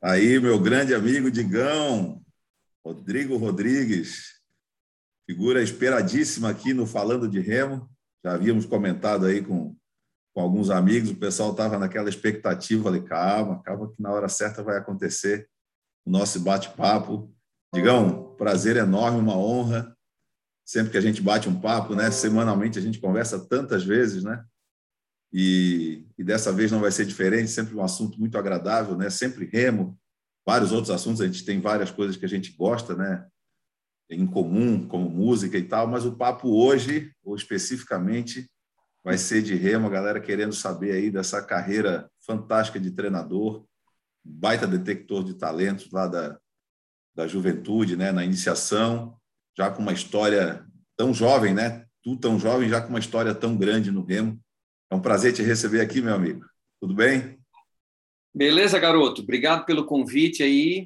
Aí, meu grande amigo Digão, Rodrigo Rodrigues, figura esperadíssima aqui no Falando de Remo. Já havíamos comentado aí com alguns amigos, o pessoal estava naquela expectativa. Falei, calma, calma, que na hora certa vai acontecer o nosso bate-papo. Digão, prazer enorme, uma honra. Sempre que a gente bate um papo, né? Semanalmente a gente conversa tantas vezes, né? E dessa vez não vai ser diferente, sempre um assunto muito agradável, né? Sempre remo, vários outros assuntos, a gente tem várias coisas que a gente gosta, né? Em comum, como música e tal, mas o papo hoje, ou especificamente, vai ser de remo, a galera querendo saber aí dessa carreira fantástica de treinador, baita detector de talentos lá da juventude, né? Na iniciação, já com uma história tão jovem, né? Tu tão jovem, já com uma história tão grande no remo. É um prazer te receber aqui, meu amigo. Tudo bem? Beleza, garoto? Obrigado pelo convite aí.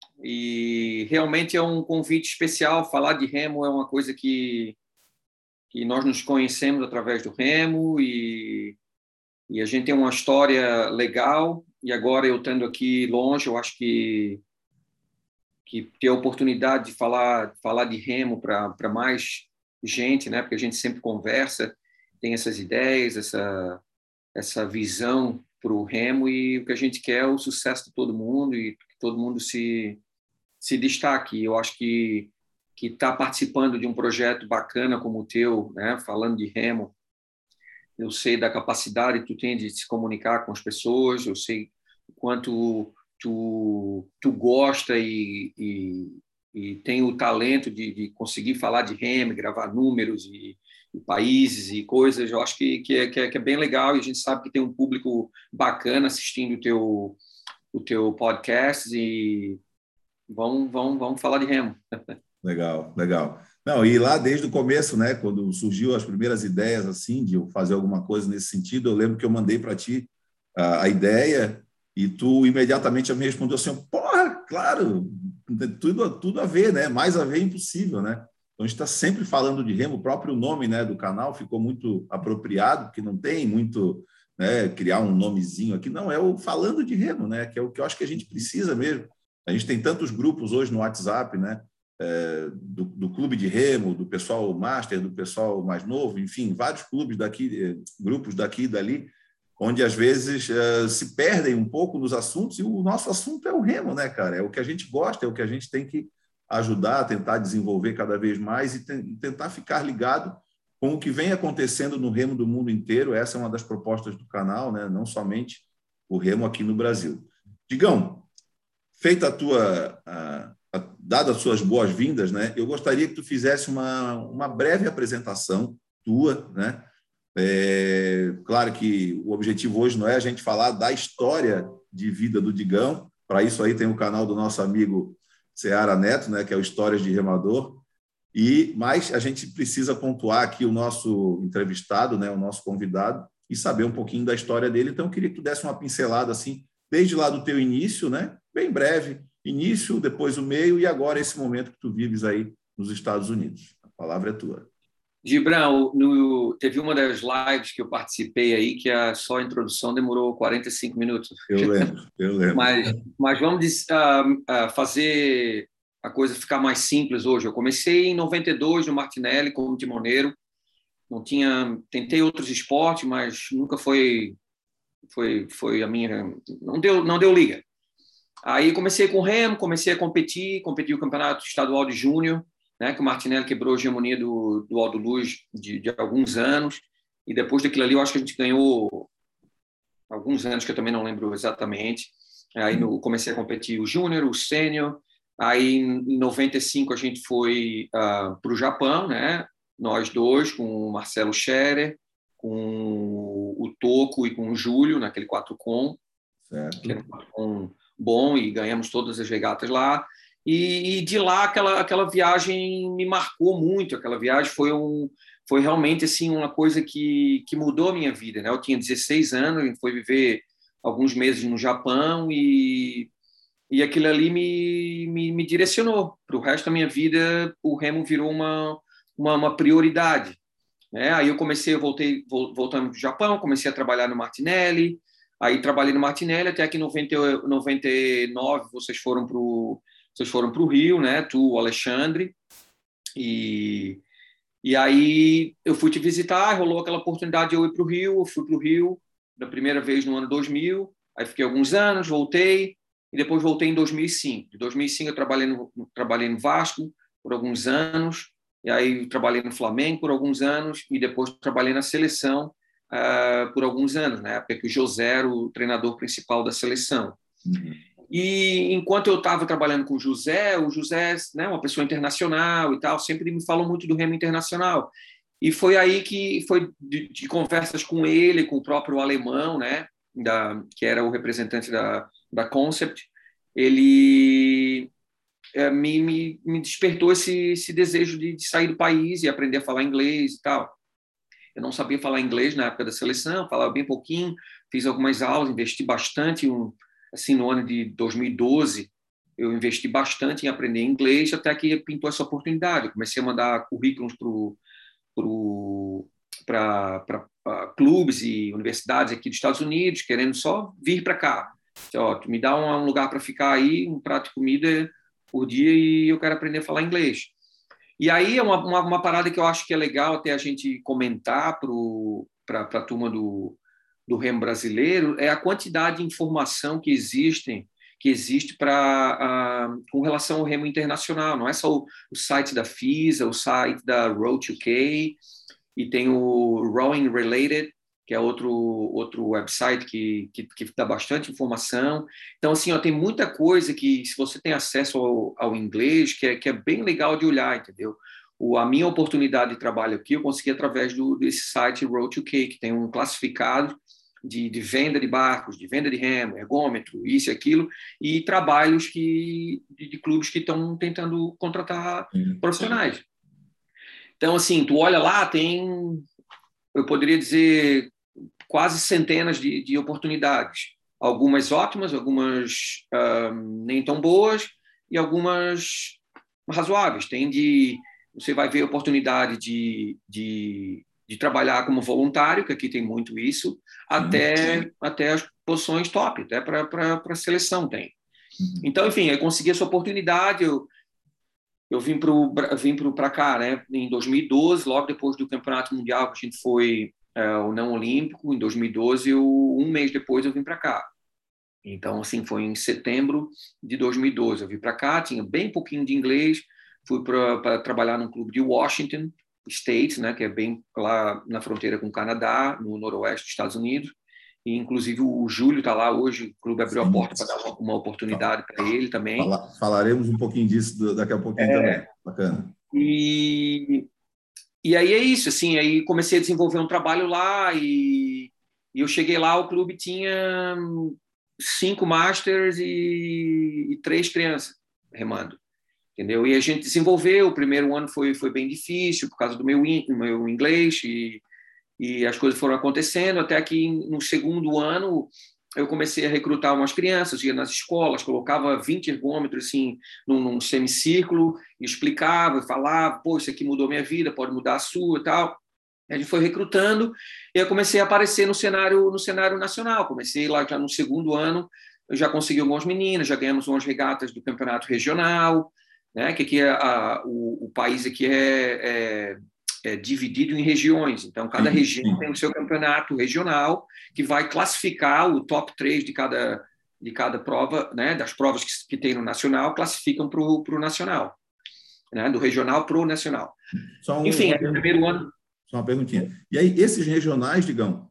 E realmente é um convite especial. Falar de remo é uma coisa que nós nos conhecemos através do remo e a gente tem uma história legal. E agora eu estando aqui longe, eu acho que ter a oportunidade de falar de remo para mais gente, né? Porque a gente sempre conversa, tem essas ideias, essa visão para o remo e o que a gente quer é o sucesso de todo mundo e que todo mundo se destaque. Eu acho que está participando de um projeto bacana como o teu, né? Falando de remo, eu sei da capacidade que tu tem de se comunicar com as pessoas, eu sei o quanto tu gosta e tem o talento de conseguir falar de remo, gravar números e países e coisas. Eu acho que é bem legal e a gente sabe que tem um público bacana assistindo o teu podcast e vamos falar de remo. Legal, legal. Não, e lá desde o começo, né, quando surgiu as primeiras ideias assim de eu fazer alguma coisa nesse sentido, eu lembro que eu mandei para ti a ideia e tu imediatamente me respondeu assim: "Porra, claro, tudo a ver, né? Mais a ver impossível, né?" Então a gente está sempre falando de remo, o próprio nome, né, do canal ficou muito apropriado, porque não tem muito, né, criar um nomezinho aqui, não, é o Falando de Remo, né, que é o que eu acho que a gente precisa mesmo. A gente tem tantos grupos hoje no WhatsApp, né? Do clube de remo, do pessoal master, do pessoal mais novo, enfim, vários clubes daqui, grupos daqui e dali, onde às vezes se perdem um pouco nos assuntos, e o nosso assunto é o remo, né, cara? É o que a gente gosta, é o que a gente tem que ajudar, tentar desenvolver cada vez mais e tentar ficar ligado com o que vem acontecendo no remo do mundo inteiro. Essa é uma das propostas do canal, né? Não somente o remo aqui no Brasil. Digão, feita dadas as suas boas-vindas, né, eu gostaria que tu fizesse uma breve apresentação tua, né? Claro que o objetivo hoje não é a gente falar da história de vida do Digão. Para isso aí tem o canal do nosso amigo Seara Neto, né, que é o Histórias de Remador. Mas a gente precisa pontuar aqui o nosso entrevistado, né, o nosso convidado, e saber um pouquinho da história dele. Então, eu queria que tu desse uma pincelada assim, desde lá do teu início, né, bem breve, início, depois o meio e agora esse momento que tu vives aí nos Estados Unidos. A palavra é tua. Gibran, teve uma das lives que eu participei aí que só a introdução demorou 45 minutos. Eu lembro, eu lembro. Mas vamos fazer a coisa ficar mais simples hoje. Eu comecei em 92 no Martinelli como timoneiro. Não tinha, tentei outros esportes, mas nunca foi a minha, não deu liga. Aí comecei com remo, comecei a competi o campeonato estadual de júnior, né, que o Martinelli quebrou a hegemonia do Aldo Luz de alguns anos, e depois daquilo ali eu acho que a gente ganhou alguns anos, que eu também não lembro exatamente. Aí comecei a competir o júnior, o sênior, aí em 95 a gente foi para o Japão, né, nós dois, com o Marcelo Scherer, com o Toco e com o Júlio, naquele 4 que era um Certo. 4 bom, e ganhamos todas as regatas lá. E de lá, aquela viagem me marcou muito. Aquela viagem foi realmente assim, uma coisa que mudou a minha vida, né? Eu tinha 16 anos, a gente foi viver alguns meses no Japão e aquilo ali me direcionou. Para o resto da minha vida, o remo virou uma prioridade, né? Aí eu voltando do Japão, comecei a trabalhar no Martinelli. Aí trabalhei no Martinelli até que em 99 vocês foram para o Rio, né? Tu, o Alexandre, e aí eu fui te visitar, rolou aquela oportunidade de eu ir para o Rio, eu fui para o Rio da primeira vez no ano 2000, aí fiquei alguns anos, voltei, e depois voltei em 2005. Em 2005 eu trabalhei no Vasco por alguns anos, e aí trabalhei no Flamengo por alguns anos, e depois trabalhei na seleção por alguns anos, na época que o José era o treinador principal da seleção. Uhum. E enquanto eu estava trabalhando com o José, né, uma pessoa internacional e tal, sempre me falou muito do remo internacional. E foi aí que foi de conversas com ele, com o próprio alemão, né, que era o representante da Concept, ele me despertou esse desejo de sair do país e aprender a falar inglês e tal. Eu não sabia falar inglês na época da seleção, falava bem pouquinho, fiz algumas aulas, investi bastante. Assim, no ano de 2012, eu investi bastante em aprender inglês, até que pintou essa oportunidade. Eu comecei a mandar currículos para clubes e universidades aqui dos Estados Unidos, querendo só vir para cá. Então, me dá um lugar para ficar aí, um prato de comida por dia e eu quero aprender a falar inglês. E aí é uma parada que eu acho que é legal até a gente comentar para a turma do remo brasileiro, é a quantidade de informação que existe com relação ao remo internacional. Não é só o site da FISA, o site da Road UK, e tem o Rowing Related, que é outro website que dá bastante informação. Então, assim, tem muita coisa que, se você tem acesso ao inglês, que é bem legal de olhar, entendeu? A minha oportunidade de trabalho aqui eu consegui através desse site Road UK, que tem um classificado de venda de barcos, de venda de remo, ergômetro, isso e aquilo, e trabalhos de clubes que estão tentando contratar profissionais. Então, assim, tu olha lá, eu poderia dizer, quase centenas de oportunidades. Algumas ótimas, algumas nem tão boas e algumas razoáveis. Você vai ver oportunidade de trabalhar como voluntário, que aqui tem muito isso, até as posições top, até para a seleção tem. Então, enfim, eu consegui essa oportunidade, eu vim para cá, né, em 2012, logo depois do Campeonato Mundial, que a gente foi o não olímpico, em 2012, um mês depois eu vim para cá. Então, assim, foi em setembro de 2012. Eu vim para cá, tinha bem pouquinho de inglês, fui para trabalhar num clube de Washington State, né, que é bem lá na fronteira com o Canadá, no noroeste dos Estados Unidos. E, inclusive, o Júlio está lá hoje, o clube abriu a porta para dar uma oportunidade para ele também. Falaremos um pouquinho disso daqui a pouquinho também. Bacana. E aí é isso, assim, aí comecei a desenvolver um trabalho lá e eu cheguei lá, o clube tinha 5 masters e 3 crianças remando, entendeu? E a gente desenvolveu, o primeiro ano foi bem difícil por causa do meu inglês e as coisas foram acontecendo, até que no segundo ano eu comecei a recrutar umas crianças, ia nas escolas, colocava 20 ergômetros assim, num semicírculo, e explicava, falava, pô, isso aqui mudou minha vida, pode mudar a sua e tal. A gente foi recrutando e eu comecei a aparecer no cenário nacional. Comecei lá já no segundo ano, eu já consegui algumas meninas, já ganhamos umas regatas do campeonato regional, né? Que aqui o país aqui é dividido em regiões. Então, cada região tem o seu campeonato regional que vai classificar o top 3 de cada prova, né? Das provas que tem no nacional, classificam para o nacional, né? Do regional para o nacional. Enfim, é o primeiro ano. Só uma perguntinha. E aí, esses regionais, Digão,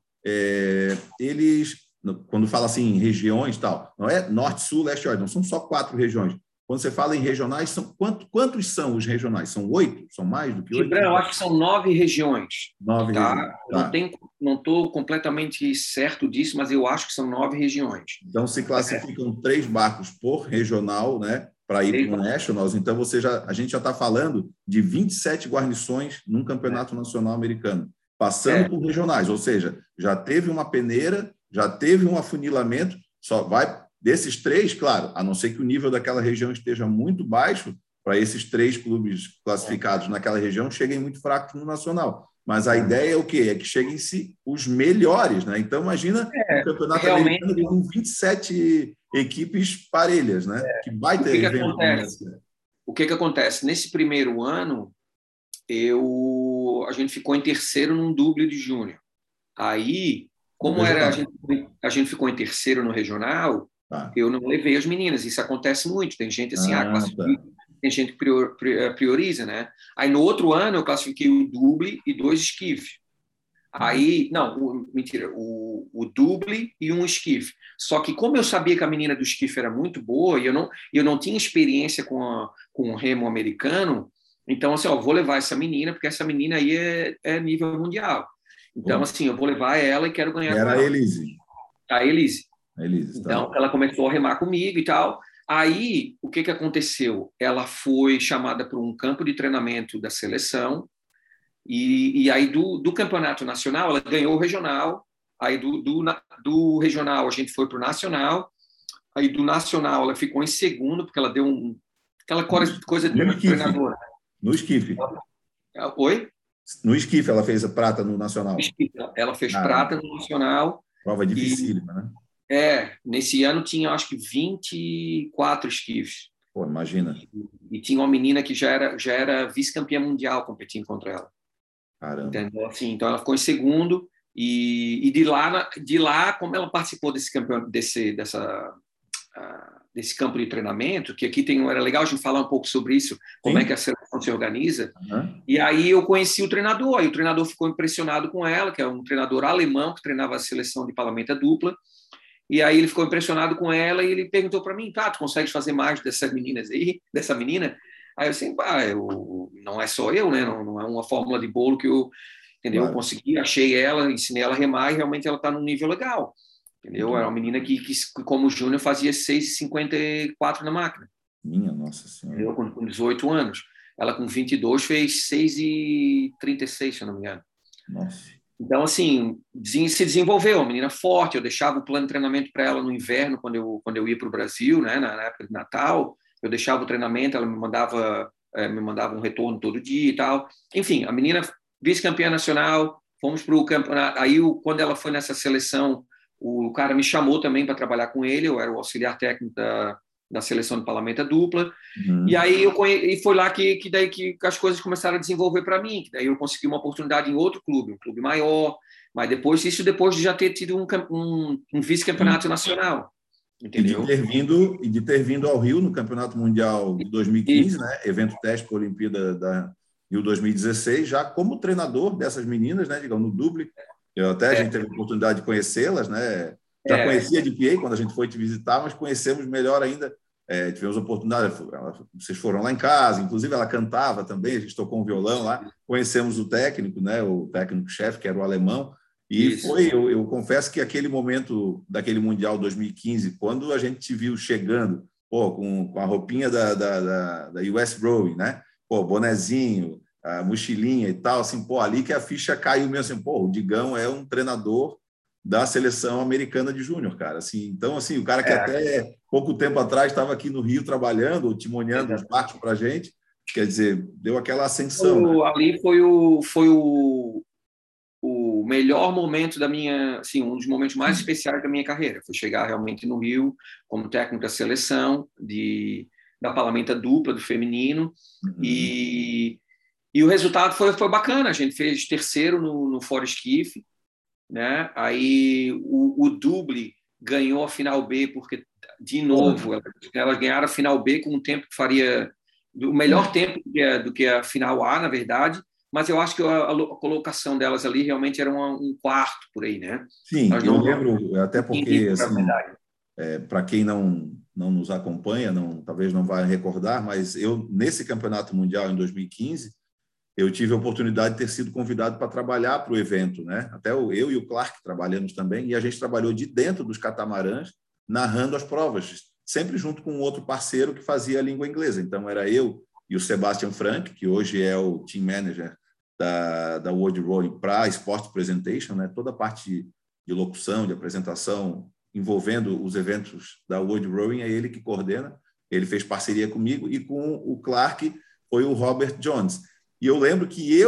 eles, quando fala assim, regiões e tal, não é norte, sul, leste e oeste, não são só 4 regiões. Quando você fala em regionais, quantos são os regionais? São 8? São mais do que 8? Eu acho que são 9 regiões. 9 regiões. Tá. Não estou completamente certo disso, mas eu acho que são 9 regiões. Então, se classificam 3 barcos por regional, né? Para ir para o Nationals, então a gente já está falando de 27 guarnições num campeonato nacional americano, passando por regionais, ou seja, já teve uma peneira, já teve um afunilamento, só vai desses 3, claro, a não ser que o nível daquela região esteja muito baixo, para esses 3 clubes classificados naquela região cheguem muito fracos no nacional. mas a ideia é o quê? É que cheguem-se os melhores, né? Então, imagina um campeonato realmente, americano com 27 equipes parelhas, né? Que o baita que que evento não deve acontece? ser. O que que acontece? Nesse primeiro ano, a gente ficou em terceiro num double de júnior. Aí, No como era regional. a gente ficou em terceiro no regional, Tá. eu não levei as meninas. Isso acontece muito. Tem gente assim, Ah, tá. classifica, tem gente que prioriza, né? Aí no outro ano eu classifiquei o double e 2 esquife. Aí, não, mentira, o double e um esquife. Só que como eu sabia que a menina do esquife era muito boa e eu não tinha experiência com o remo americano, então assim, ó, vou levar essa menina porque essa menina aí é nível mundial. Então Pô, assim, eu vou levar ela e quero ganhar com era a ela. Elise. A Elise. A Elise, tá. Então ela começou a remar comigo e tal. Aí o que que aconteceu? Ela foi chamada para um campo de treinamento da seleção e aí, do campeonato nacional, ela ganhou o regional. Aí, do regional, a gente foi para o nacional. Aí, do nacional, ela ficou em segundo, porque ela deu aquela coisa No de esquife. treinadora. No esquife. Oi? No esquife ela fez a prata no nacional. Ela fez Cara, prata no nacional. prova E dificílima, né? nesse ano tinha, acho que, 24 esquifes. Pô, imagina. E tinha uma menina que já era vice-campeã mundial competindo contra ela. Caramba. Entendeu? Assim, então ela ficou em segundo e de lá, como ela participou desse campeão, desse campo de treinamento, que aqui era legal a gente falar um pouco sobre isso, como é que Sim? a seleção se organiza. Aham. E aí eu conheci o treinador, aí o treinador ficou impressionado com ela, que é um treinador alemão que treinava a seleção de palamenta dupla. E aí ele ficou impressionado com ela e ele perguntou para mim, tá, tu consegues fazer mais dessas meninas aí, dessa menina? Aí eu assim, pá, não é só eu, né? Não é uma fórmula de bolo que eu, entendeu? Eu Claro. consegui, achei ela, ensinei ela a remar e realmente ela está num nível legal, entendeu? Muito Era bom. uma menina que como júnior, fazia 6,54 na máquina, Minha Nossa Senhora. entendeu? Com 18 anos. Ela com 22 fez 6,36, se eu não me engano. Nossa. Então, assim, se desenvolveu, uma menina forte. Eu deixava o plano de treinamento para ela no inverno, quando eu ia para o Brasil, né, na época de Natal. Eu deixava o treinamento, ela me mandava um retorno todo dia e tal. Enfim, a menina vice-campeã nacional, fomos para o campeonato. Aí, quando ela foi nessa seleção, o cara me chamou também para trabalhar com ele. Eu era o auxiliar técnico da seleção de palamenta dupla. E Uhum. aí e foi lá que daí que as coisas começaram a desenvolver para mim, que daí eu consegui uma oportunidade em outro clube, um clube maior, mas depois de já ter tido um vice-campeonato Sim. nacional, E de entendeu? ter vindo e de ter vindo ao Rio no Campeonato Mundial de 2015, Isso, né? Evento teste para a Olimpíada da Rio 2016, já como treinador dessas meninas, né? Digamos, no Duble. A gente teve a oportunidade de conhecê-las, né? Já é, conhecia de PA quando a gente foi te visitar, mas conhecemos melhor ainda. Tivemos a oportunidade, vocês foram lá em casa, inclusive ela cantava também, a gente tocou um violão lá, conhecemos o técnico, né? O técnico-chefe, que era o alemão. E isso. foi, eu confesso que aquele momento daquele Mundial 2015, quando a gente te viu chegando, pô, com a roupinha da US Rowing, né? Pô, bonezinho, a mochilinha e tal, assim, pô, ali que a ficha caiu mesmo, assim, pô, o Digão é um treinador da seleção americana de júnior, cara. Assim, então, assim, o cara que É, até pouco tempo atrás estava aqui no Rio trabalhando, timoneando os barcos exatamente. para a gente, quer dizer, deu aquela ascensão, né? Ali foi o melhor momento da minha, assim, um dos momentos mais Sim. especiais da minha carreira. Foi chegar realmente no Rio como técnico da seleção da palamenta dupla do feminino Uhum. e o resultado foi bacana. A gente fez terceiro no fora esquife, né? Aí o Duble ganhou a final B porque de Porra. novo elas ganharam a final B com um tempo que faria o melhor É. tempo do que a final A, na verdade, mas eu acho que a colocação delas ali realmente era um quarto por aí, né? Sim, Elas eu não lembro, até porque, para assim, verdade. para quem não nos acompanha, talvez não vai recordar, mas eu, nesse Campeonato Mundial em 2015, eu tive a oportunidade de ter sido convidado para trabalhar para o evento, né? Até eu e o Clark trabalhamos também, e a gente trabalhou de dentro dos catamarãs, narrando as provas, sempre junto com um outro parceiro que fazia a língua inglesa. Então, era eu e o Sebastian Frank, que hoje é o team manager da World Rowing para Sport Presentation, né? Toda a parte de locução, de apresentação, envolvendo os eventos da World Rowing, é ele que coordena. Ele fez parceria comigo e com o Clark foi o Robert Jones. E eu lembro que eu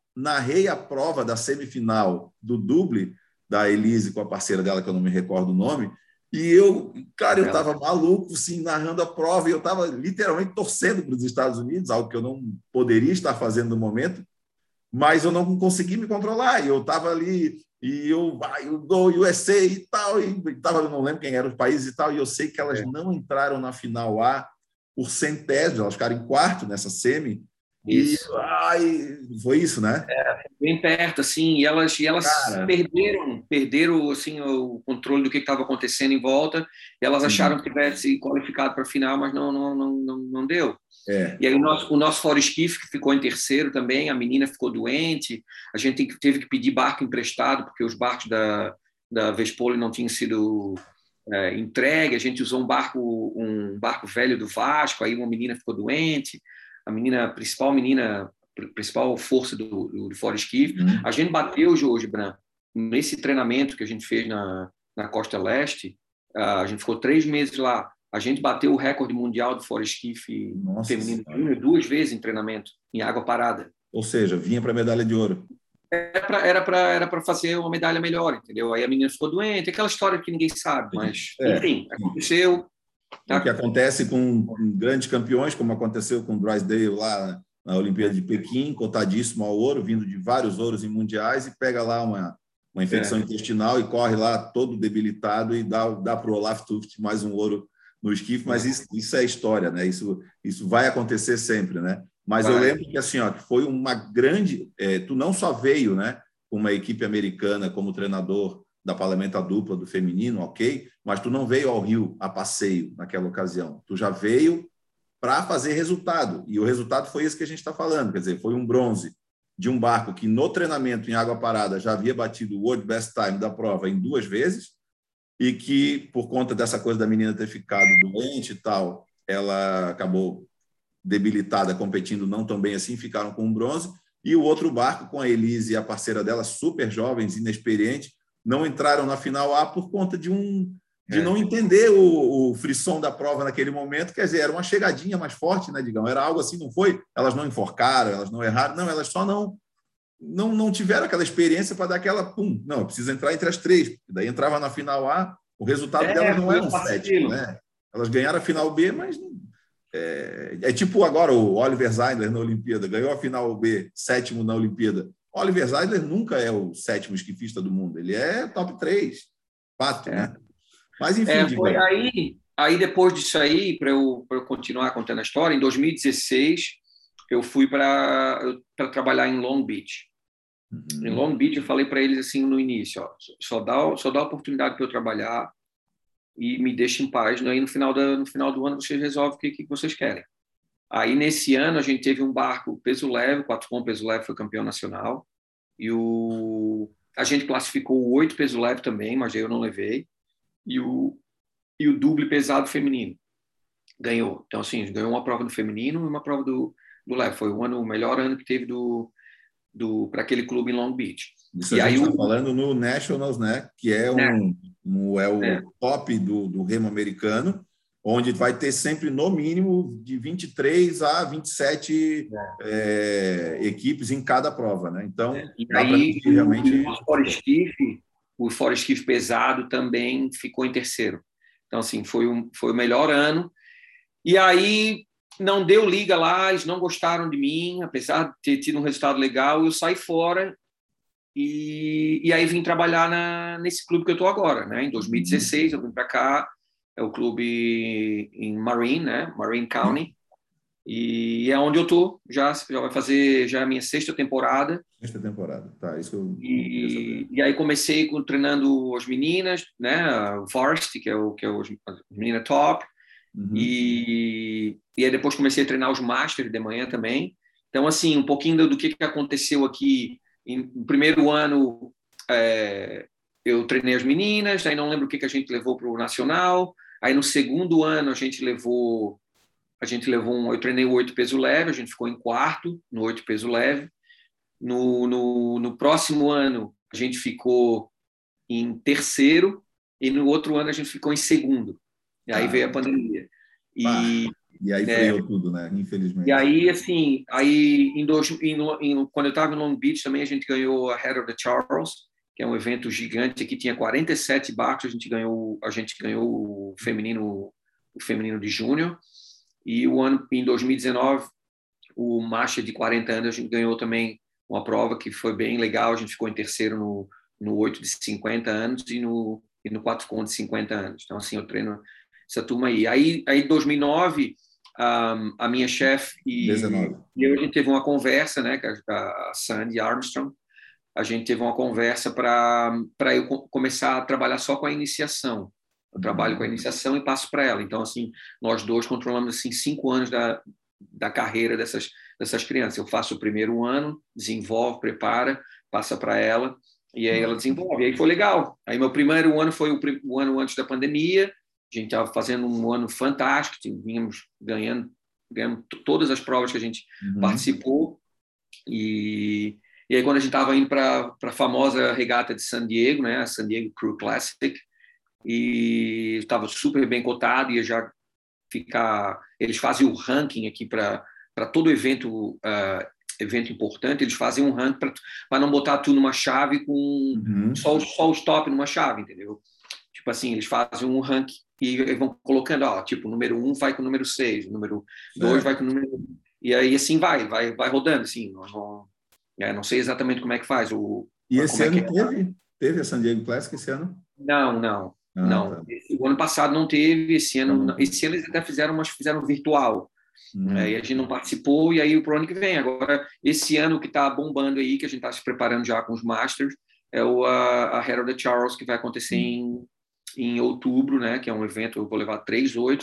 narrei a prova da semifinal do duble da Elise com a parceira dela, que eu não me recordo o nome, e eu estava maluco, assim, narrando a prova, e eu estava literalmente torcendo para os Estados Unidos, algo que eu não poderia estar fazendo no momento, mas eu não consegui me controlar, e eu estava ali, e eu dou USA e tal, e tava, eu não lembro quem eram os países e tal, e eu sei que elas não entraram na final A por centésimos, elas ficaram em quarto nessa semi, Isso. foi isso, né? Bem perto, assim, e elas Cara, perderam assim, o controle do que estava acontecendo em volta, e elas acharam sim, que tivesse qualificado para a final, mas não deu. é. E aí o nosso foresquife que ficou em terceiro também, a menina ficou doente, a gente teve que pedir barco emprestado, porque os barcos da Vespoli não tinham sido entregue, a gente usou um barco velho do Vasco, aí uma menina ficou doente, a principal força do foresquife. A gente bateu, Jorge Bran, nesse treinamento que a gente fez na Costa Leste, a gente ficou 3 meses lá, a gente bateu o recorde mundial do foresquife Nossa feminino Senhora. júnior 2 vezes em treinamento, em água parada. Ou seja, vinha para a medalha de ouro. Era para fazer uma medalha melhor, entendeu? Aí a menina ficou doente, aquela história que ninguém sabe, mas, enfim, aconteceu. O que Tá? acontece com grandes campeões, como aconteceu com o Drysdale lá na Olimpíada de Pequim, cotadíssimo ao ouro, vindo de vários ouros em mundiais, e pega lá uma infecção intestinal e corre lá todo debilitado e dá para o Olaf Tuft mais um ouro no esquife, mas isso é história, né? Isso vai acontecer sempre, né? Mas eu lembro que assim, ó, que foi uma grande. Tu não só veio, né, com uma equipe americana como treinador da parlamentar dupla do feminino, ok, mas tu não veio ao Rio a passeio naquela ocasião. Tu já veio para fazer resultado, e o resultado foi esse que a gente está falando, quer dizer, foi um bronze de um barco que no treinamento em água parada já havia batido o World Best Time da prova em 2 vezes, e que, por conta dessa coisa da menina ter ficado doente e tal, ela acabou debilitada, competindo não tão bem assim, ficaram com um bronze, e o outro barco, com a Elise e a parceira dela, super jovens, inexperientes, não entraram na final A por conta de não entender o frisson da prova naquele momento, quer dizer, era uma chegadinha mais forte, né, Digão? Era algo assim, não foi? Elas não enforcaram, elas não erraram, não, elas só não tiveram aquela experiência para dar aquela pum, não, precisa entrar entre as 3, daí entrava na final A, o resultado delas não era um sétimo, né? Elas ganharam a final B, mas tipo agora o Oliver Zeidler na Olimpíada, ganhou a final B, 7º na Olimpíada. Oliver Zeidler nunca é o 7º esquifista do mundo, ele é top 3, fato, né? Mas enfim, Foi aí depois disso aí, para eu continuar contando a história, em 2016 eu fui para trabalhar em Long Beach. Em Long Beach eu falei para eles assim no início, ó, só dá oportunidade para eu trabalhar e me deixe em paz. Aí no final do ano vocês resolvem o que vocês querem. Aí nesse ano a gente teve um barco peso leve, 4 com peso leve foi campeão nacional, e a gente classificou o 8 peso leve também, mas eu não levei, e o duble pesado feminino ganhou. Então, assim, ganhou uma prova do feminino e uma prova do leve. Foi o melhor ano que teve para aquele clube em Long Beach. Isso E a gente aí está falando no Nationals, né? Que é o top do remo americano, onde vai ter sempre, no mínimo, de 23 a 27 equipes em cada prova, né? Então, e dá para aí medir realmente. o foresquife pesado também ficou em terceiro. Então, assim, foi o melhor ano. E aí não deu liga lá, eles não gostaram de mim, apesar de ter tido um resultado legal, eu saí fora e aí vim trabalhar nesse clube que eu estou agora, né? Em 2016 eu vim para cá, é o clube em Marin, né? Marin County, e é onde eu estou. Já vai fazer já a minha 6ª temporada. Esta temporada, tá? Isso que eu queria saber. E aí comecei treinando as meninas, né? O Varsity, que é as meninas top. E aí depois comecei a treinar os Masters de manhã também. Então, assim, um pouquinho do que aconteceu aqui. No primeiro ano, eu treinei as meninas, aí não lembro o que a gente levou para o Nacional. Aí no segundo ano, eu treinei o 8 peso leve, a gente ficou em quarto no 8 peso leve. No próximo ano, a gente ficou em terceiro, e no outro ano a gente ficou em segundo. E aí veio a pandemia. E aí freou tudo, né? E Infelizmente. aí, assim, quando eu estava em Long Beach também, a gente ganhou a Head of the Charles, que é um evento gigante, que tinha 47 barcos, a gente ganhou o feminino de júnior, e em 2019, o Master de 40 anos, a gente ganhou também uma prova que foi bem legal, a gente ficou em terceiro no 8 de 50 anos e no 4 com de 50 anos. Então, assim, eu treino essa turma aí. Aí em 2009, a minha chefe e 19. eu, a gente teve uma conversa, né, com a Sandy Armstrong, a gente teve uma conversa para eu começar a trabalhar só com a iniciação. Eu trabalho com a iniciação e passo para ela. Então, assim, nós dois controlamos assim 5 anos da carreira dessas crianças. Eu faço o primeiro ano, desenvolve, prepara, passa para ela e aí ela desenvolve. E aí foi legal. Aí meu primeiro ano foi o ano antes da pandemia. A gente estava fazendo um ano fantástico, vínhamos ganhando todas as provas que a gente participou. E aí, quando a gente estava indo para a famosa regata de San Diego, né, a San Diego Crew Classic, e estava super bem cotado, ia já ficar. Eles fazem o ranking aqui para todo evento importante, eles fazem um ranking para não botar tudo numa chave com só os top numa chave, entendeu? Tipo assim, eles fazem um ranking e vão colocando, ó, tipo, o número 1 vai com o número 6, o número 2 vai com o número. E aí assim vai rodando, assim. Não sei exatamente como é que faz. E esse como é ano que é. teve a San Diego Classic esse ano? Não. Tá. O ano passado não teve, esse ano eles até fizeram, mas fizeram virtual. E a gente não participou, e aí pro ano que vem. Agora, esse ano que está bombando aí, que a gente está se preparando já com os Masters, é a Head of the Charles, que vai acontecer em outubro, né? Que é um evento, eu vou levar 3 8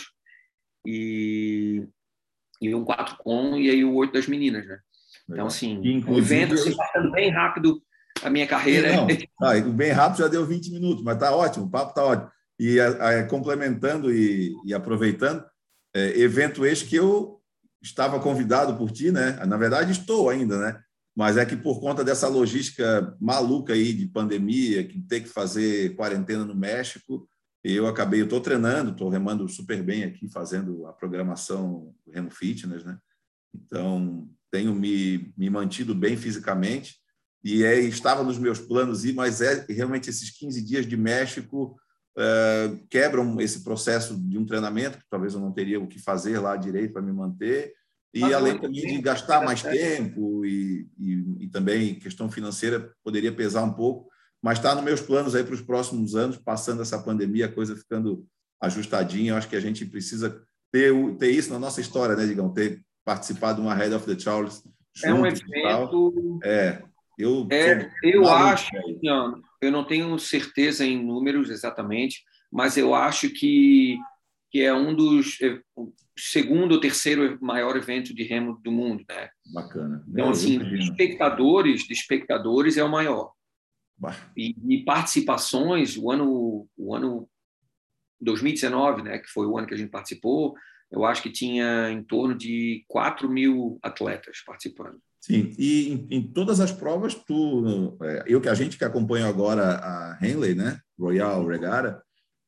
e um 4 com, e aí o 8 das meninas, né? Então, assim, um evento assim, passando bem rápido a minha carreira. Bem rápido já deu 20 minutos, mas tá ótimo, o papo tá ótimo. E complementando e aproveitando, evento este que eu estava convidado por ti, né? Na verdade, estou ainda, né? Mas é que por conta dessa logística maluca aí de pandemia, que tem que fazer quarentena no México, eu estou treinando, estou remando super bem aqui, fazendo a programação do Remo Fitness, né? Então, tenho me mantido bem fisicamente e estava nos meus planos mas realmente esses 15 dias de México quebram esse processo de um treinamento, que talvez eu não teria o que fazer lá direito para me manter, e além também de gastar mais tempo e também questão financeira poderia pesar um pouco, mas está nos meus planos aí para os próximos anos, passando essa pandemia, a coisa ficando ajustadinha. Eu acho que a gente precisa ter isso na nossa história, né, Digão? Ter participado de uma Head of the Charles juntos. É um evento. Eu acho, não, eu não tenho certeza em números exatamente, mas eu acho que é um dos segundo ou terceiro maior evento de remo do mundo, né? Bacana. Então, assim, de espectadores é o maior. E participações, o ano 2019, né, que foi o ano que a gente participou, eu acho que tinha em torno de 4.000 atletas participando. Sim, e em todas as provas, a gente que acompanha agora a Henley, né, Royal Regatta,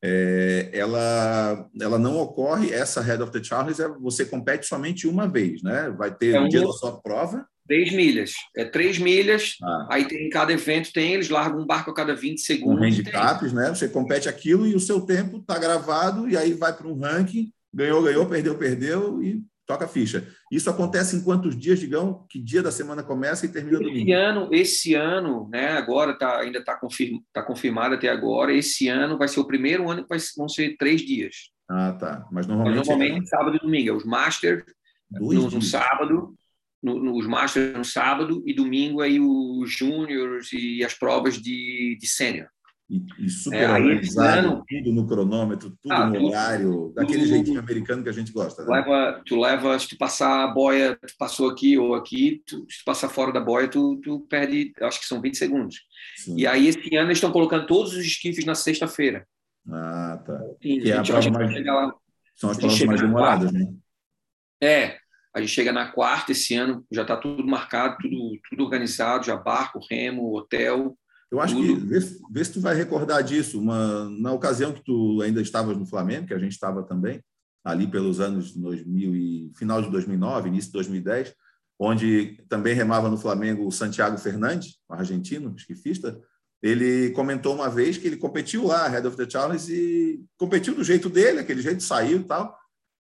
ela não ocorre, essa Head of the Charles, você compete somente uma vez, né? Vai ter no dia da sua prova. 3 milhas. 3 milhas, aí tem em cada evento, eles largam um barco a cada 20 segundos. Com handicaps, né? Você compete aquilo e o seu tempo está gravado e aí vai para um ranking, ganhou, perdeu e toca a ficha. Isso acontece em quantos dias, Digão? Que dia da semana começa e termina domingo? Esse ano, né, agora ainda está confirmado até agora, esse ano vai ser o primeiro ano que vão ser 3 dias. Tá. Mas normalmente sábado e domingo. Os Masters no sábado, os Masters no sábado e domingo aí os Júniors e as provas de sênior. E super organizado, tudo no cronômetro, tudo no horário, daquele jeitinho americano que a gente gosta. Né? Se tu passar a boia, tu passou aqui ou aqui, se tu passar fora da boia, tu perde, acho que são 20 segundos. Sim. E aí, esse ano, eles estão colocando todos os esquifes na sexta-feira. Tá. Sim, que é a prova mais... São as provas mais demoradas, né? A gente chega na quarta esse ano, já está tudo marcado, tudo organizado, já barco, remo, hotel. Eu acho que, vê se tu vai recordar disso, na ocasião que tu ainda estavas no Flamengo, que a gente estava também, ali pelos anos 2000 e final de 2009, início de 2010, onde também remava no Flamengo o Santiago Fernandes, um argentino, esquifista. Ele comentou uma vez que ele competiu lá, Head of the Challenge, e competiu do jeito dele, aquele jeito, saiu e tal.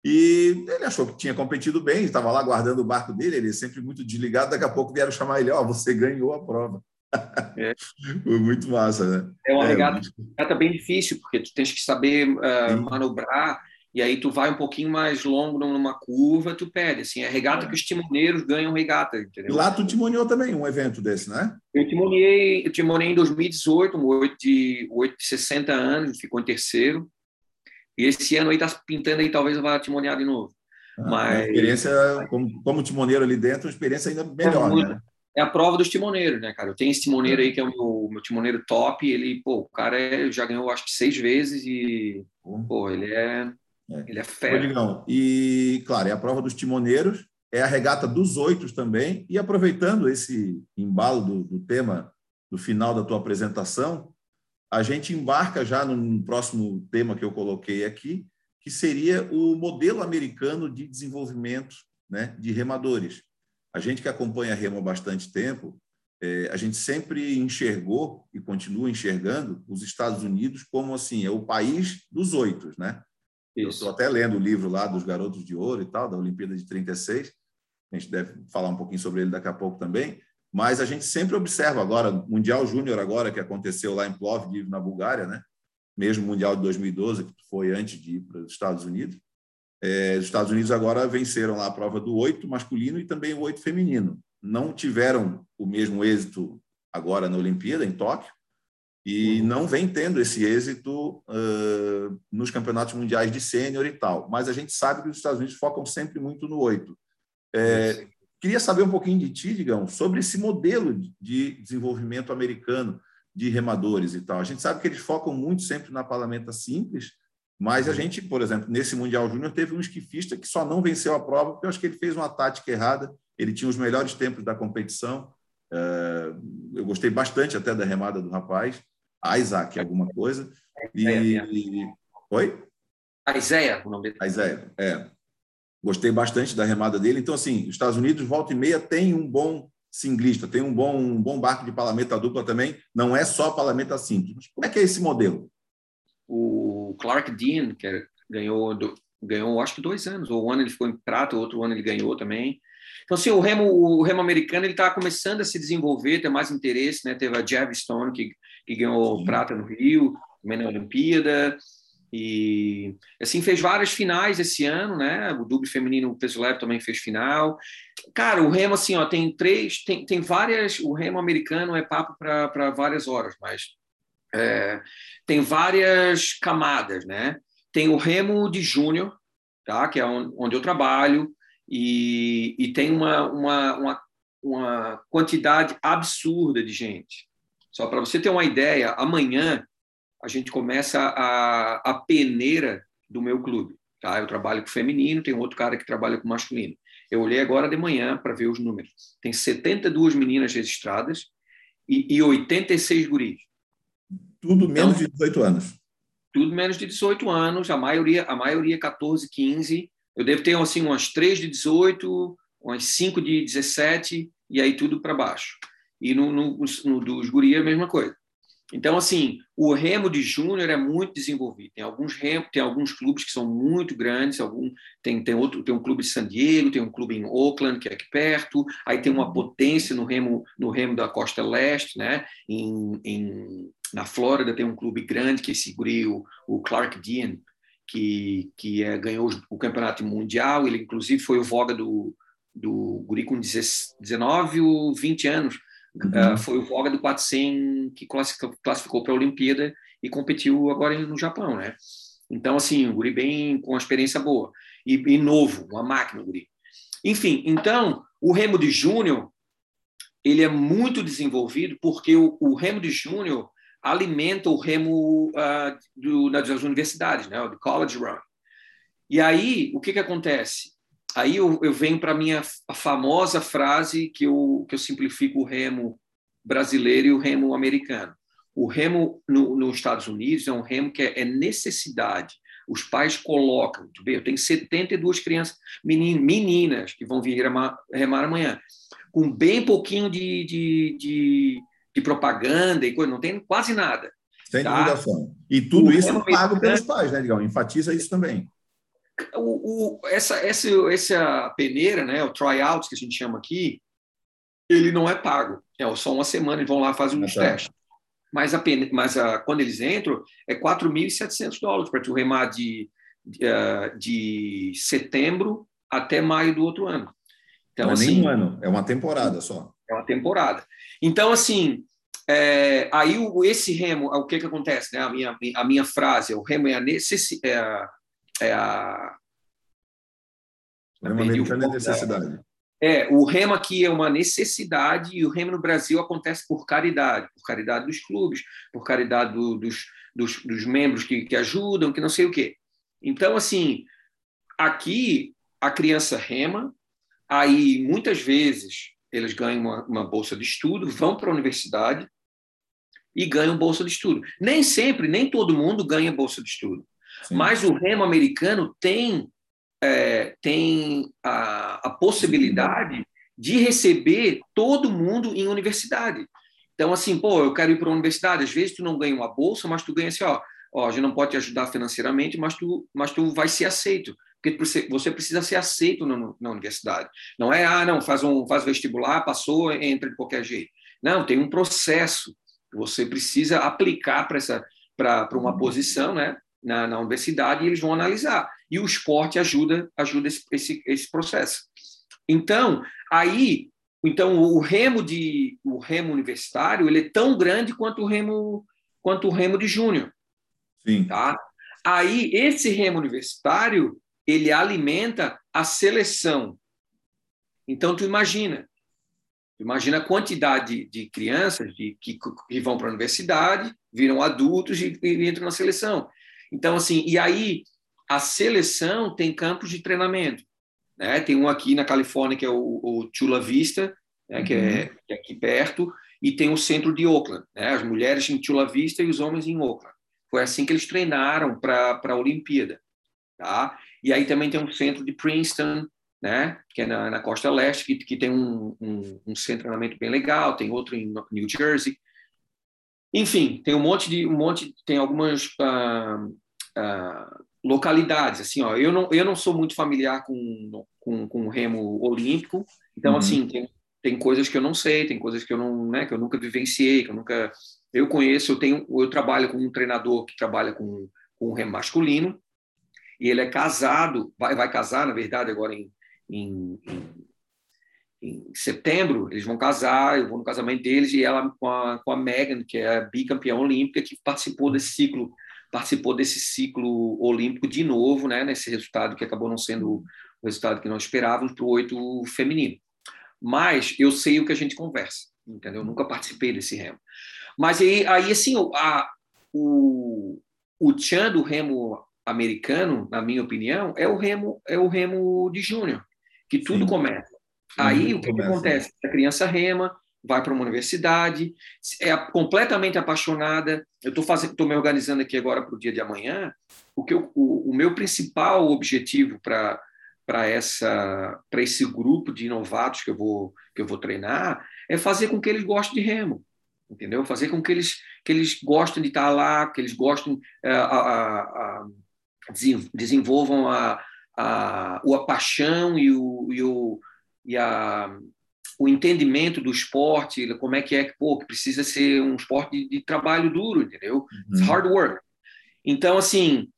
E ele achou que tinha competido bem, estava lá guardando o barco dele, ele é sempre muito desligado, daqui a pouco vieram chamar ele, você ganhou a prova. É. Foi muito massa, né? É uma regata bem difícil, porque tu tens que saber manobrar, e aí tu vai um pouquinho mais longo numa curva, tu perde. Assim, é regata que os timoneiros ganham regata, entendeu? E lá tu timoneou também um evento desse, né? Eu timonei em 2018, um 8 de 60 anos, ficou em terceiro. E esse ano aí tá pintando aí, talvez eu vá timonear de novo. Uma experiência, como timoneiro ali dentro, uma experiência ainda melhor, né? É a prova dos timoneiros, né, cara? Eu tenho esse timoneiro aí que é o meu timoneiro top. Ele, o cara já ganhou acho que 6 vezes e, ele é fera. Digão, e, claro, é a prova dos timoneiros, é a regata dos 8 também. E aproveitando esse embalo do tema do final da tua apresentação, a gente embarca já no próximo tema que eu coloquei aqui, que seria o modelo americano de desenvolvimento, né, de remadores. A gente que acompanha a remo há bastante tempo, a gente sempre enxergou e continua enxergando os Estados Unidos como assim, é o país dos 8, né? Isso. Eu estou até lendo o livro lá dos Garotos de Ouro e tal, da Olimpíada de 36. A gente deve falar um pouquinho sobre ele daqui a pouco também. Mas a gente sempre observa agora, Mundial Júnior agora, que aconteceu lá em Plovdiv, na Bulgária, né? Mesmo Mundial de 2012, que foi antes de ir para os Estados Unidos. Os Estados Unidos agora venceram lá a prova do 8 masculino e também o 8 feminino. Não tiveram o mesmo êxito agora na Olimpíada, em Tóquio, e não vem tendo esse êxito nos campeonatos mundiais de sênior e tal. Mas a gente sabe que os Estados Unidos focam sempre muito no 8. Queria saber um pouquinho de ti, Digão, sobre esse modelo de desenvolvimento americano de remadores e tal. A gente sabe que eles focam muito sempre na palamenta simples, mas a gente, por exemplo, nesse Mundial Júnior, teve um esquifista que só não venceu a prova porque eu acho que ele fez uma tática errada, ele tinha os melhores tempos da competição. Eu gostei bastante até da remada do rapaz, Isaac, alguma coisa. Oi? Isaiah, o nome dele. Isaiah, Gostei bastante da remada dele. Então, assim, os Estados Unidos, volta e meia, tem um bom singlista, tem um bom barco de palamenta dupla também. Não é só palamenta simples. Mas como é que é esse modelo? O Clark Dean, que ganhou acho que 2 anos. Ou um ano ele ficou em prata, outro ano ele ganhou também. Então, assim, o remo americano ele está começando a se desenvolver, ter mais interesse, né? Teve a Jav Stone, que ganhou prata no Rio, também na Olimpíada. E assim fez várias finais esse ano, né? O double feminino, o peso leve também fez final. Cara, o remo assim, tem várias. O remo americano é papo para várias horas, mas tem várias camadas, né? Tem o remo de júnior, tá? Que é onde eu trabalho e tem uma quantidade absurda de gente. Só para você ter uma ideia, amanhã a gente começa a peneira do meu clube. Tá? Eu trabalho com feminino, tem outro cara que trabalha com masculino. Eu olhei agora de manhã para ver os números. Tem 72 meninas registradas e 86 guris. Tudo menos de 18 anos. Tudo menos de 18 anos, a maioria 14, 15. Eu devo ter assim, umas 3 de 18, umas 5 de 17, e aí tudo para baixo. E no dos guris é a mesma coisa. Então, assim, o remo de júnior é muito desenvolvido. Tem alguns clubes que são muito grandes. Tem um clube de San Diego, tem um clube em Oakland, que é aqui perto. Aí tem uma potência no remo da Costa Leste, né? Na Flórida tem um clube grande que segurou o Clark Dean, que ganhou o campeonato mundial. Ele, inclusive, foi o voga do guri com 19 ou 20 anos. Foi o voga do 400 que classificou para a Olimpíada e competiu agora no Japão, né? Então, assim, o guri bem com uma experiência boa e novo, uma máquina, o guri. Enfim, então, o remo de júnior, ele é muito desenvolvido porque o remo de júnior alimenta o remo das universidades, né? Do college run. E aí, o que acontece? Aí eu venho para a minha famosa frase que eu simplifico o remo brasileiro e o remo americano. O remo nos Estados Unidos é um remo que é necessidade. Os pais colocam, eu tenho 72 crianças, meninas, que vão vir remar amanhã, com bem pouquinho de propaganda e coisa, não tem quase nada. Sem tá? divulgação. E tudo isso pago pelos pais, né, Digão? Enfatiza isso também. Essa peneira, né, o tryouts que a gente chama aqui, ele não é pago. É só uma semana, eles vão lá fazem uns testes. Mas quando eles entram, é $4.700 para tu remar de setembro até maio do outro ano. Então, não é assim, nem um ano, é uma temporada só. É uma temporada. Então, assim, aí esse remo, o que acontece? Né? A minha frase, o remo é a necessidade. O remo americano é necessidade. O remo aqui é uma necessidade e o remo no Brasil acontece por caridade dos clubes, por caridade dos membros que ajudam, que não sei o quê. Então, assim, aqui a criança rema, aí muitas vezes eles ganham uma bolsa de estudo, vão para a universidade e ganham bolsa de estudo. Nem sempre, nem todo mundo ganha bolsa de estudo. Sim. Mas o remo americano tem a possibilidade de receber todo mundo em universidade. Então, assim, eu quero ir para a universidade. Às vezes tu não ganha uma bolsa, mas tu ganha assim, a gente não pode te ajudar financeiramente, mas tu vai ser aceito. Porque você precisa ser aceito na universidade. Não é, não, faz vestibular, passou, entra de qualquer jeito. Não, tem um processo. Você precisa aplicar para uma posição, né, na universidade e eles vão analisar. E o esporte ajuda esse processo. Então, o remo universitário ele é tão grande quanto o remo de júnior. Sim. Tá? Aí, esse remo universitário, ele alimenta a seleção. Então, tu imagina a quantidade de crianças que vão para a universidade, viram adultos e entram na seleção. Então, assim, e aí a seleção tem campos de treinamento. Né? Tem um aqui na Califórnia, que é o Chula Vista, né? que é aqui perto, e tem o centro de Oakland. Né? As mulheres em Chula Vista e os homens em Oakland. Foi assim que eles treinaram para a Olimpíada. Tá? E aí também tem um centro de Princeton, né? Que é na costa leste, que tem um centro de treinamento bem legal, tem outro em New Jersey. Enfim, tem tem algumas localidades. Assim, eu não sou muito familiar com o remo olímpico, então assim tem coisas que eu não sei, tem coisas que eu não, né, que eu nunca vivenciei, que eu conheço. Eu trabalho com um treinador que trabalha com o remo masculino e ele é casado, vai casar na verdade agora em setembro. Eles vão casar, eu vou no casamento deles e ela com a Megan, que é a bicampeã olímpica, que participou desse ciclo olímpico de novo, né, nesse resultado que acabou não sendo o resultado que nós esperávamos para o 8 feminino. Mas eu sei o que a gente conversa, entendeu? Eu nunca participei desse remo. Mas aí assim, o tchan do remo americano, na minha opinião, é o remo de júnior, que tudo começa. Aí o que acontece? A criança rema, vai para uma universidade, é completamente apaixonada. Eu estou me organizando aqui agora para o dia de amanhã. O meu principal objetivo para esse grupo de novatos que eu vou treinar é fazer com que eles gostem de remo, entendeu? Fazer com que eles gostem de estar lá, que eles gostem, desenvolvam a paixão e o entendimento do esporte, como é que precisa ser um esporte de trabalho duro, entendeu? It's hard work. Então, assim,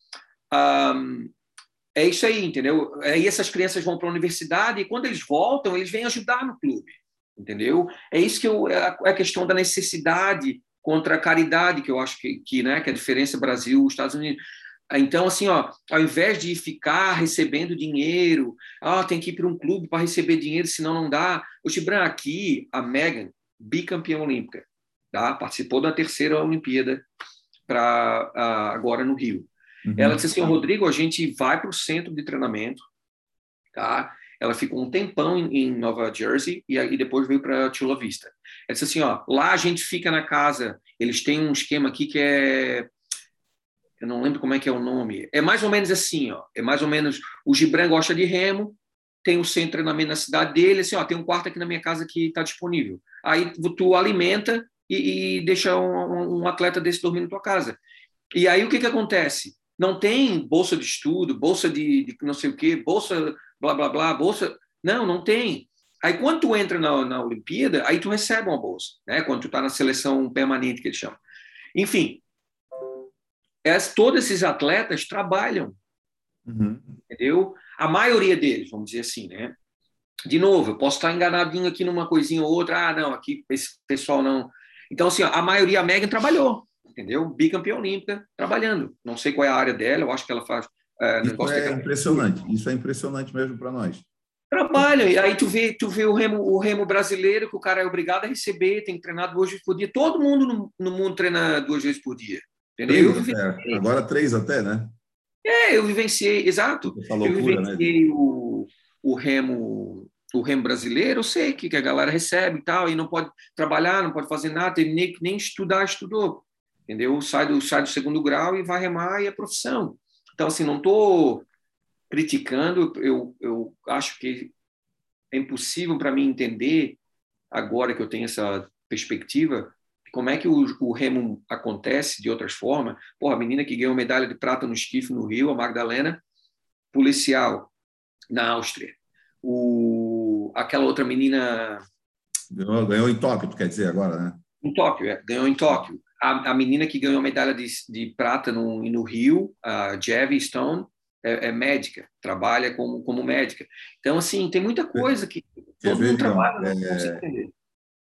é isso aí, entendeu? Aí essas crianças vão para a universidade e quando eles voltam, eles vêm ajudar no clube, entendeu? É isso que é a questão da necessidade contra a caridade, que eu acho que é a diferença Brasil-Estados Unidos. Então, assim, ao invés de ficar recebendo dinheiro, tem que ir para um clube para receber dinheiro, senão não dá. O Gibran, aqui, a Megan, bicampeã olímpica, tá? Participou da 3ª Olimpíada agora no Rio. Ela disse assim, Rodrigo, a gente vai para o centro de treinamento, tá? Ela ficou um tempão em Nova Jersey e aí depois veio para Chula Vista. Ela disse assim, lá a gente fica na casa, eles têm um esquema aqui que eu não lembro como é que é o nome. É mais ou menos assim, ó. É mais ou menos, o Gibran gosta de remo, tem o centro de treinamento na cidade dele, assim, ó, tem um quarto aqui na minha casa que está disponível. Aí tu alimenta e deixa um atleta desse dormir na tua casa. E aí o que acontece? Não tem bolsa de estudo, bolsa de não sei o quê, bolsa blá, blá, blá, bolsa... Não tem. Aí quando tu entra na Olimpíada, aí tu recebe uma bolsa, né? Quando tu tá na seleção permanente, que eles chamam. Enfim, todos esses atletas trabalham, entendeu? A maioria deles, vamos dizer assim, né? De novo, eu posso estar enganadinho aqui numa coisinha ou outra. Ah, não, aqui esse pessoal não. Então, assim, a maioria, a Megan trabalhou, entendeu? Bicampeã olímpica, trabalhando. Não sei qual é a área dela, eu acho que ela faz Isso negócio é de... impressionante. Isso é impressionante mesmo para nós. Trabalha, e aí tu vê o remo brasileiro, que o cara é obrigado a receber, tem que treinar 2 vezes por dia. Todo mundo no mundo treina 2 vezes por dia, entendeu? 3 até. Agora 3 até, né? Eu vivenciei, exato. Essa Eu loucura, né? vivenciei o remo brasileiro, eu sei que a galera recebe e tal, e não pode trabalhar, não pode fazer nada, tem nem estudar, estudou, entendeu? Sai do segundo grau e vai remar e é profissão. Então, assim, não estou criticando, eu acho que é impossível para mim entender, agora que eu tenho essa perspectiva, como é que o remo acontece de outras formas. Porra, a menina que ganhou medalha de prata no esquife no Rio, a Magdalena, policial na Áustria. Aquela outra menina... Ganhou em Tóquio, tu quer dizer agora, né? Em Tóquio, ganhou em Tóquio. A menina que ganhou medalha de prata no Rio, a Javi Stone, é médica, trabalha como médica. Então, assim, tem muita coisa que Quer todo ver, mundo Igão? trabalha, não consigo entender.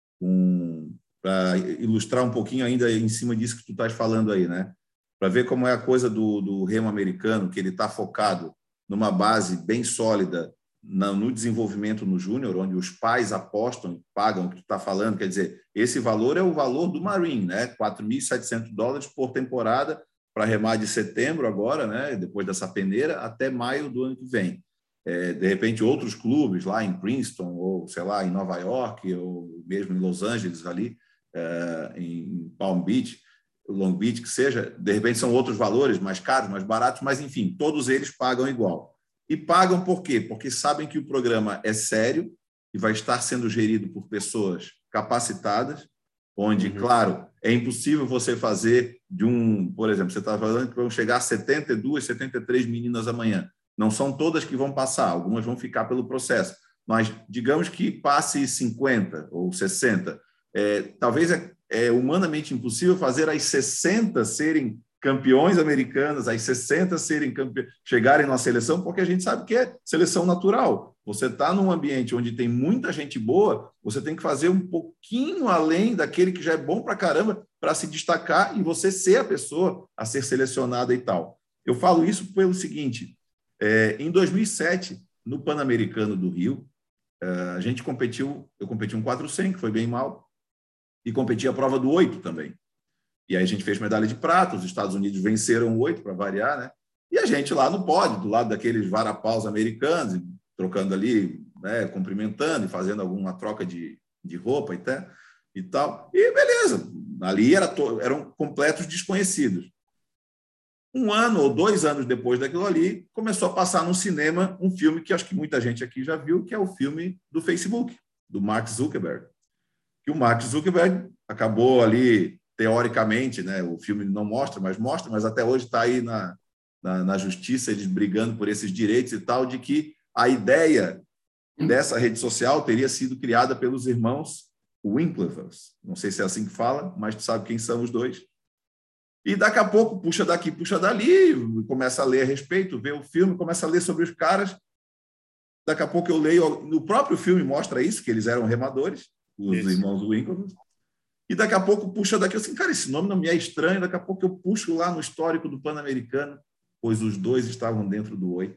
Para ilustrar um pouquinho ainda em cima disso que tu estás falando aí, né? Para ver como é a coisa do remo americano, que ele está focado numa base bem sólida no desenvolvimento no júnior, onde os pais apostam e pagam o que tu está falando. Quer dizer, esse valor é o valor do Marine, né? $4.700 por temporada para remar de setembro agora, né? Depois dessa peneira, até maio do ano que vem. De repente, outros clubes lá em Princeton, ou sei lá, em Nova York, ou mesmo em Los Angeles, ali, em Palm Beach, Long Beach, que seja, de repente são outros valores, mais caros, mais baratos, mas enfim, todos eles pagam igual. E pagam por quê? Porque sabem que o programa é sério e vai estar sendo gerido por pessoas capacitadas, onde, claro, é impossível você fazer por exemplo, você está falando que vão chegar a 72, 73 meninas amanhã. Não são todas que vão passar, algumas vão ficar pelo processo, mas digamos que passe 50 ou 60. Talvez é humanamente impossível fazer as 60 serem campeões americanas, as 60 chegarem na seleção, porque a gente sabe que é seleção natural. Você está num ambiente onde tem muita gente boa, você tem que fazer um pouquinho além daquele que já é bom para caramba para se destacar e você ser a pessoa a ser selecionada e tal. Eu falo isso pelo seguinte: em 2007, no Pan-Americano do Rio, eu competi um 400, que foi bem mal, e competi a prova do 8 também. E aí a gente fez medalha de prata, os Estados Unidos venceram o 8, para variar, né? E a gente lá no pódio, do lado daqueles varapaus americanos, trocando ali, né, cumprimentando e fazendo alguma troca de roupa e tal. E beleza, ali eram completos desconhecidos. 1 ano ou 2 anos depois daquilo ali, começou a passar no cinema um filme que acho que muita gente aqui já viu, que é o filme do Facebook, do Mark Zuckerberg. Que o Mark Zuckerberg acabou ali, teoricamente, né, o filme não mostra, mas até hoje está aí na justiça, eles brigando por esses direitos e tal, de que a ideia dessa rede social teria sido criada pelos irmãos Winklevoss. Não sei se é assim que fala, mas tu sabe quem são os dois. E daqui a pouco, puxa daqui, puxa dali, começa a ler a respeito, vê o filme, começa a ler sobre os caras. Daqui a pouco eu leio, no próprio filme mostra isso, que eles eram remadores, os irmãos Winklevoss. E daqui a pouco puxa daqui, eu assim, cara, esse nome não me é estranho. Daqui a pouco eu puxo lá no histórico do Pan-Americano, pois os dois estavam dentro do 8.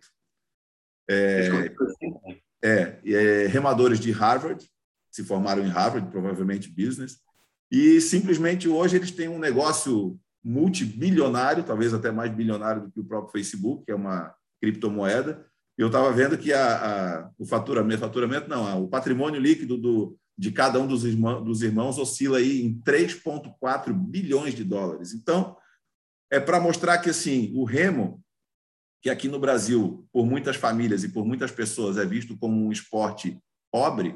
Remadores de Harvard, se formaram em Harvard, provavelmente business, e simplesmente hoje eles têm um negócio multibilionário, talvez até mais bilionário do que o próprio Facebook, que é uma criptomoeda. Eu estava vendo que o patrimônio líquido de cada um dos irmãos oscila aí em $3,4 bilhões. Então, é para mostrar que assim, o remo, que aqui no Brasil, por muitas famílias e por muitas pessoas, é visto como um esporte pobre,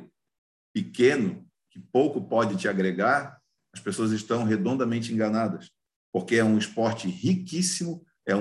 pequeno, que pouco pode te agregar, as pessoas estão redondamente enganadas, porque é um esporte riquíssimo,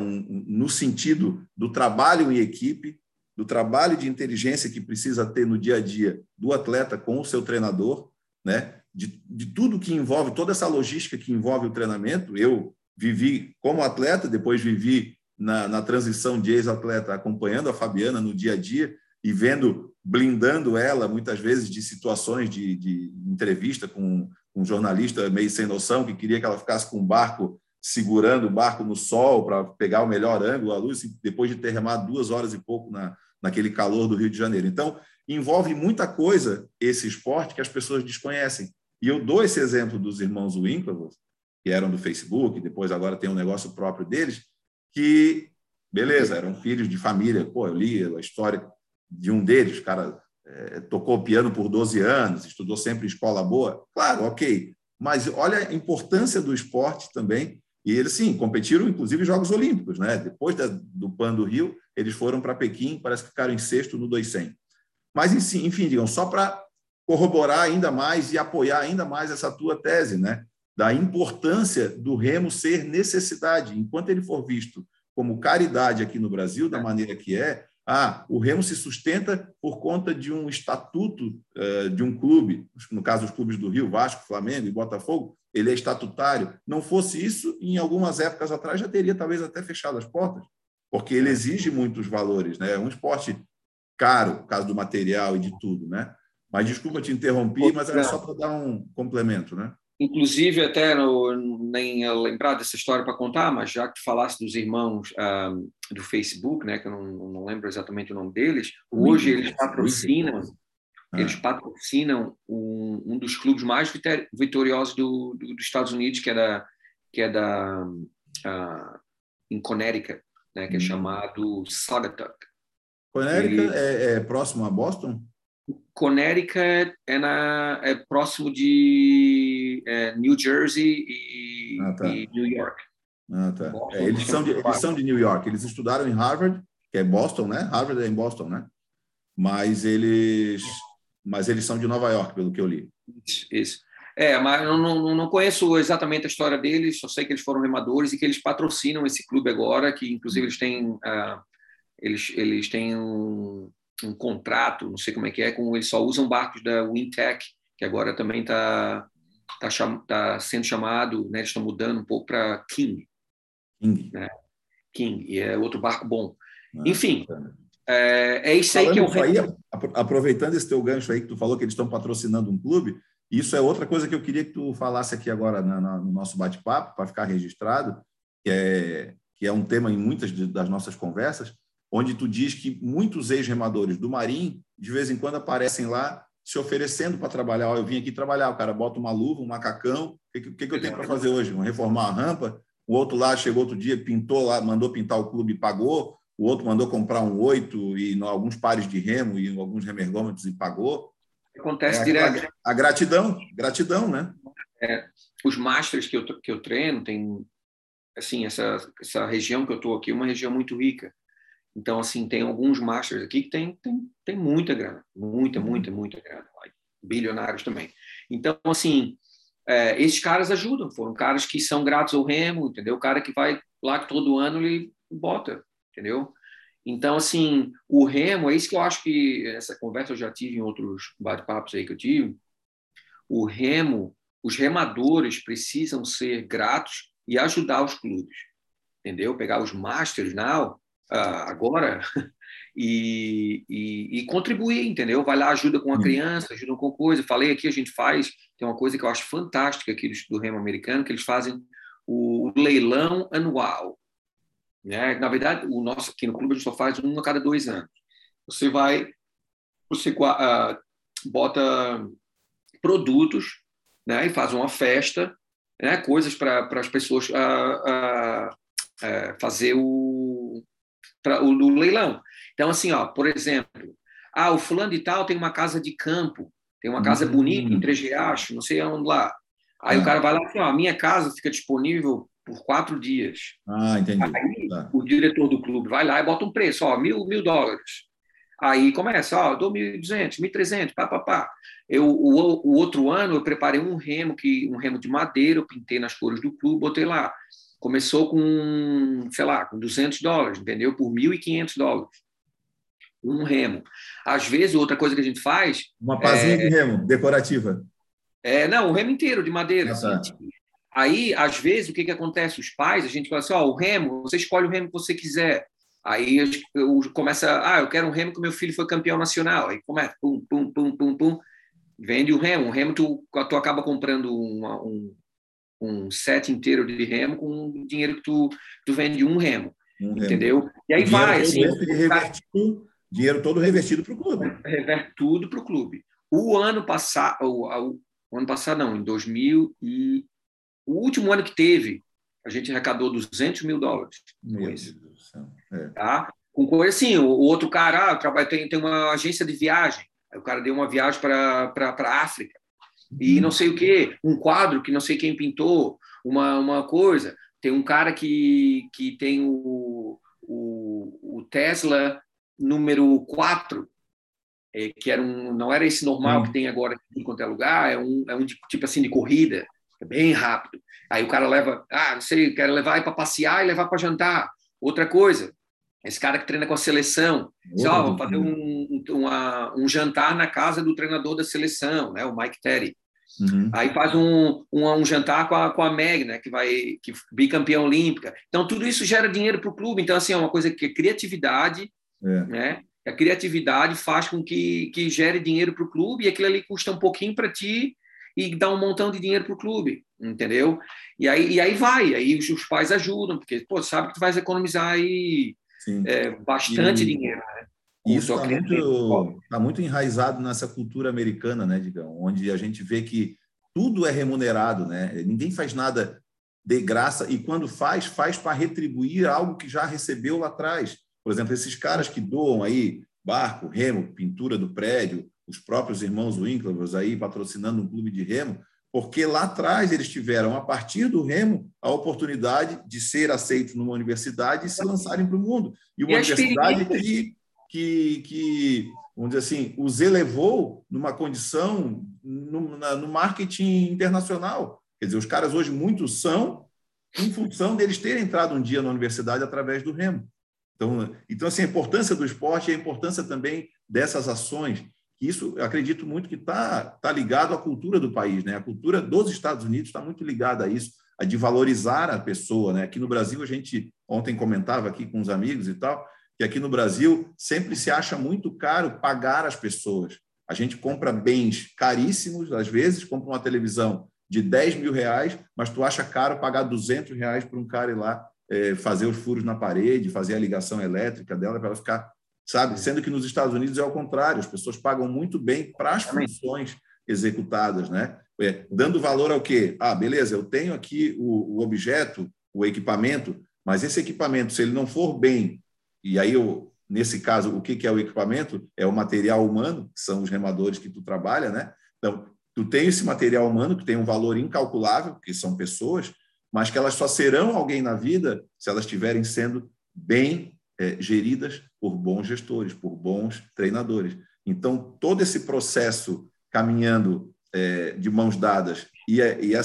no sentido do trabalho em equipe, do trabalho de inteligência que precisa ter no dia a dia do atleta com o seu treinador, né? De tudo que envolve, toda essa logística que envolve o treinamento. Eu vivi como atleta, depois vivi na transição de ex-atleta, acompanhando a Fabiana no dia a dia e blindando ela, muitas vezes, de situações de entrevista com um jornalista meio sem noção, que queria que ela ficasse com o barco, segurando o barco no sol para pegar o melhor ângulo, a luz, depois de ter remado 2 horas e pouco naquele calor do Rio de Janeiro. Então, envolve muita coisa esse esporte que as pessoas desconhecem. E eu dou esse exemplo dos irmãos Winklevoss, que eram do Facebook, depois agora tem um negócio próprio deles, que, beleza, eram filhos de família. Pô, eu li a história de um deles, o cara tocou piano por 12 anos, estudou sempre em escola boa. Claro, ok. Mas olha a importância do esporte também. E eles, sim, competiram, inclusive, em Jogos Olímpicos, né? Depois do PAN do Rio, eles foram para Pequim, parece que ficaram em 6º no 200. Mas, enfim, digam, só para corroborar ainda mais e apoiar ainda mais essa tua tese, né? Da importância do remo ser necessidade. Enquanto ele for visto como caridade aqui no Brasil, da maneira que o remo se sustenta por conta de um estatuto de um clube, no caso, os clubes do Rio, Vasco, Flamengo e Botafogo, ele é estatutário. Não fosse isso, em algumas épocas atrás já teria talvez até fechado as portas, porque ele exige muitos valores, né? É um esporte caro, por causa do material e de tudo, né? Mas desculpa te interromper, mas era só para dar um complemento, né? Inclusive, até nem lembrar dessa história para contar, mas já que tu falaste dos irmãos do Facebook, né, que eu não lembro exatamente o nome deles, hoje eles patrocinam um dos clubes mais vitoriosos dos Estados Unidos, que é em Connecticut, né, que é chamado Saugatuck. Connecticut é próximo a Boston? Connecticut é próximo de New Jersey e New York. Tá. Eles são de New York. Eles estudaram em Harvard, que é Boston, né? Harvard é em Boston, né? Mas eles são de Nova York, pelo que eu li. Isso. Mas eu não conheço exatamente a história deles, só sei que eles foram remadores e que eles patrocinam esse clube agora, que inclusive eles têm um contrato, não sei como é que é, eles só usam barcos da Wintec, que agora também está sendo chamado, né, eles estão mudando um pouco para King. Né? King, e é outro barco bom. Enfim, isso aí que eu... Aproveitando esse teu gancho aí que tu falou que eles estão patrocinando um clube, isso é outra coisa que eu queria que tu falasse aqui agora no nosso bate-papo, para ficar registrado, que é um tema em muitas das nossas conversas, onde tu diz que muitos ex-remadores do Marim, de vez em quando, aparecem lá se oferecendo para trabalhar. Eu vim aqui trabalhar, o cara bota uma luva, um macacão, o que eu tenho para fazer hoje? Vamos reformar a rampa? O outro lá chegou outro dia, pintou lá, mandou pintar o clube e pagou, o outro mandou comprar um 8 e alguns pares de remo e alguns remergômetros e pagou. Acontece direto. A gratidão, né? Os masters que eu treino, tem, assim, essa região que eu estou aqui é uma região muito rica. Então, assim, tem alguns masters aqui que tem muita grana, muita grana, bilionários também. Então, assim, esses caras ajudam, foram caras que são gratos ao remo, entendeu? O cara que vai lá que todo ano ele bota, entendeu? Então, assim, o remo, é isso que eu acho que essa conversa eu já tive em outros bate-papos aí que eu tive. O remo, os remadores precisam ser gratos e ajudar os clubes, entendeu? Pegar os masters now agora e contribuir, entendeu? Vai lá, ajuda com a criança, ajuda com coisa. Falei aqui, a gente faz, tem uma coisa que eu acho fantástica aqui do remo americano, que eles fazem o leilão anual. Né? Na verdade, o nosso aqui no clube a gente só faz um a cada 2 anos. Você bota produtos, né? E faz uma festa, né? Coisas para as pessoas fazer o leilão. Então, assim, por exemplo, o fulano de tal tem uma casa de campo, tem uma casa bonita em Três Riachos, não sei onde lá. Aí o cara vai lá e fala, a minha casa fica disponível por 4 dias. Ah, entendi. Aí Tá. o diretor do clube vai lá e bota um preço, ó, $1.000. Aí começa, ó, dou 1.200, 1.300, pá, pá, pá. O outro ano eu preparei um remo de madeira, eu pintei nas cores do clube, botei lá. Começou com, sei lá, com $200, entendeu? Por $1.500. Um remo. Às vezes, outra coisa que a gente faz Uma pazinha de remo, decorativa. não, o remo inteiro de madeira, Ah, assim. tá. Aí, às vezes, o que acontece? Os pais, a gente fala assim, ó, o remo, você escolhe o remo que você quiser. Aí eu começa, eu quero um remo que meu filho foi campeão nacional. Aí começa, pum, pum, pum, pum, pum, vende o remo. O remo tu acaba comprando um set inteiro de remo com o dinheiro que tu vende um remo, Um remo. entendeu? E O aí dinheiro vai, todo assim, esse revertido, dinheiro todo revertido para o clube. reverte tudo para o clube. O ano passado, o ano passado não, em 2000 e o último ano que teve, a gente arrecadou $200.000 com Meu isso, Deus do céu. É. tá? Com coisa assim, o outro cara, tem uma agência de viagem, aí o cara deu uma viagem para a África, e não sei o quê, um quadro que não sei quem pintou, uma coisa. Tem um cara que tem o Tesla número 4, que não era esse normal que Sim. tem agora em quanto é lugar, é um tipo assim de corrida, é bem rápido. Aí o cara leva, não sei, quero levar para passear e levar para jantar. Outra coisa, esse cara que treina com a seleção, diz, Outra vou fazer cultura. um jantar na casa do treinador da seleção, né, o Mike Terry. Uhum. Aí faz um jantar com a Meg, né, que bicampeã olímpica. Então, tudo isso gera dinheiro para o clube. Então, assim, é uma coisa que é criatividade, É. né? A criatividade faz com que gere dinheiro para o clube e aquilo ali custa um pouquinho para ti e dá um montão de dinheiro para o clube, entendeu? E aí vai, aí os pais ajudam, porque, pô, sabe que tu vais economizar aí Sim. bastante E, dinheiro, né? e Com isso tua criatura. tá muito enraizado nessa cultura americana, né, Digão? Onde a gente vê que tudo é remunerado, né? Ninguém faz nada de graça e quando faz para retribuir algo que já recebeu lá atrás. Por exemplo, esses caras que doam aí barco, remo, pintura do prédio, os próprios irmãos Winklevoss aí patrocinando um clube de remo, porque lá atrás eles tiveram, a partir do remo, a oportunidade de ser aceitos numa universidade e se lançarem para o mundo. E E uma a universidade experiência. vamos dizer assim, os elevou numa condição no marketing internacional. Quer dizer, os caras hoje muitos são em função deles terem entrado um dia na universidade através do remo. Então assim, a importância do esporte e a importância também dessas ações, que isso, eu acredito muito que tá ligado à cultura do país, né? A cultura dos Estados Unidos está muito ligada a isso, a de valorizar a pessoa, né? Aqui no Brasil, a gente ontem comentava aqui com os amigos e tal, que aqui no Brasil sempre se acha muito caro pagar as pessoas. A gente compra bens caríssimos, às vezes, compra uma televisão de R$10.000, mas tu acha caro pagar R$200 para um cara ir lá fazer os furos na parede, fazer a ligação elétrica dela para ela ficar, sabe? Sendo que nos Estados Unidos é ao contrário, as pessoas pagam muito bem para as funções executadas, né? Dando valor ao quê? Beleza, eu tenho aqui o objeto, o equipamento, mas esse equipamento, se ele não for bem, e aí nesse caso, o que é o equipamento? É o material humano, que são os remadores que tu trabalha, né? Então, tu tem esse material humano que tem um valor incalculável, que são pessoas, mas que elas só serão alguém na vida se elas estiverem sendo bem geridas por bons gestores, por bons treinadores. Então, todo esse processo caminhando de mãos dadas e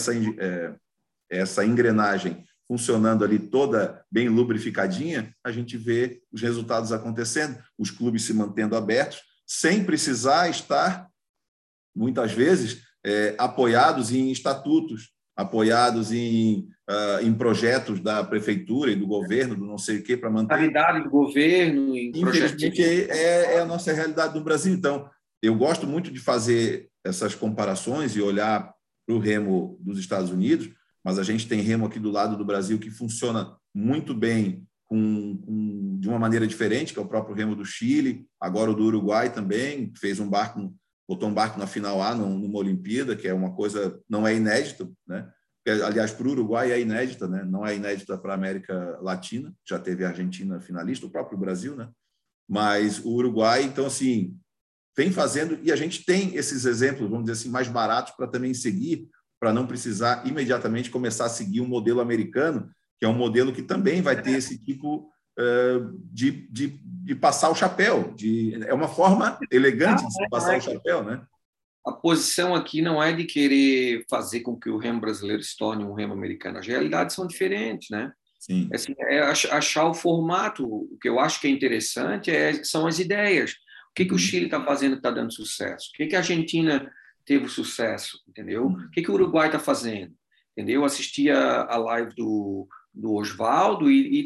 essa engrenagem funcionando ali toda bem lubrificadinha, a gente vê os resultados acontecendo, os clubes se mantendo abertos, sem precisar estar, muitas vezes, apoiados em estatutos, apoiados em projetos da prefeitura e do governo, do não sei o quê, para manter. Qualidade do governo, em Infelizmente, é a nossa realidade no Brasil. Então, eu gosto muito de fazer essas comparações e olhar para o remo dos Estados Unidos, mas a gente tem remo aqui do lado do Brasil que funciona muito bem de uma maneira diferente, que é o próprio remo do Chile, agora o do Uruguai também, botou um barco na final A numa Olimpíada, que é uma coisa, não é inédita, né? Aliás, para o Uruguai é inédita, né? Não é inédita para a América Latina, já teve a Argentina finalista, o próprio Brasil, né? Mas o Uruguai, então, assim, vem fazendo, e a gente tem esses exemplos, vamos dizer assim, mais baratos para também seguir, para não precisar imediatamente começar a seguir um modelo americano, que é um modelo que também vai ter esse tipo de passar o chapéu. É uma forma elegante de se passar o chapéu, né? A posição aqui não é de querer fazer com que o remo brasileiro se torne um remo americano. As realidades são diferentes, né? Sim. Assim, é achar o formato. O que eu acho que é interessante são as ideias. O que o Chile está fazendo que está dando sucesso? O que a Argentina teve sucesso? Entendeu? O que o Uruguai está fazendo? Entendeu? Eu assisti a live do Oswaldo e